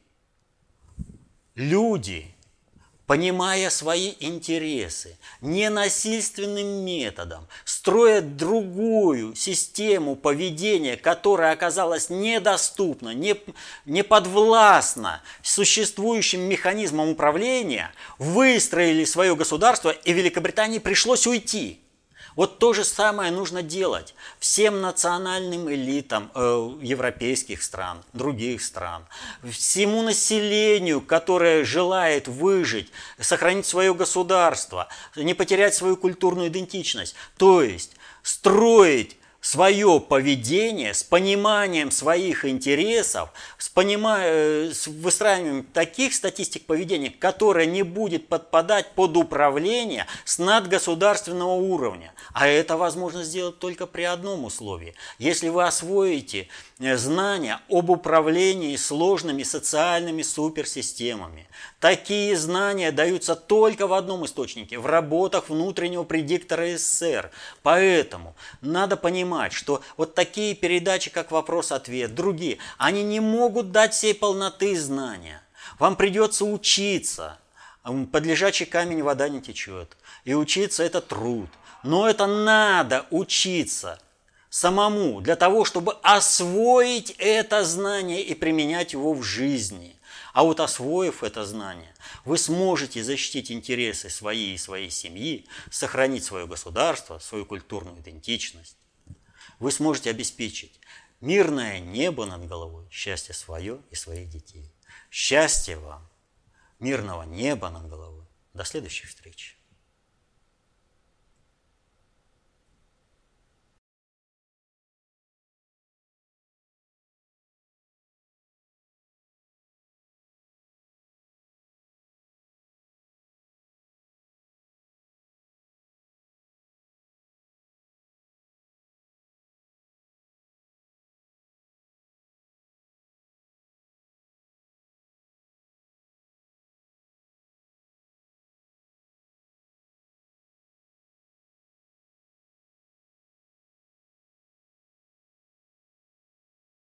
Люди, понимая свои интересы, ненасильственным методом, строят другую систему поведения, которая оказалась недоступна, не подвластна существующим механизмам управления, выстроили свое государство, и Великобритании пришлось уйти. Вот то же самое нужно делать всем национальным элитам европейских стран, других стран, всему населению, которое желает выжить, сохранить свое государство, не потерять свою культурную идентичность. То есть строить свое поведение с пониманием своих интересов, с выстраиванием таких статистик поведения, которая не будет подпадать под управление с надгосударственного уровня. А это возможно сделать только при одном условии. Если вы освоите знания об управлении сложными социальными суперсистемами. Такие знания даются только в одном источнике, в работах внутреннего предиктора СССР. Поэтому надо понимать, что вот такие передачи, как «Вопрос-ответ», другие, они не могут дать всей полноты знания. Вам придется учиться. Под лежачий камень вода не течет. И учиться – это труд. Но это надо учиться самому для того, чтобы освоить это знание и применять его в жизни. А вот освоив это знание, вы сможете защитить интересы свои и своей семьи, сохранить свое государство, свою культурную идентичность. Вы сможете обеспечить мирное небо над головой, счастье свое и своих детей. Счастья вам, мирного неба над головой. До следующих встреч.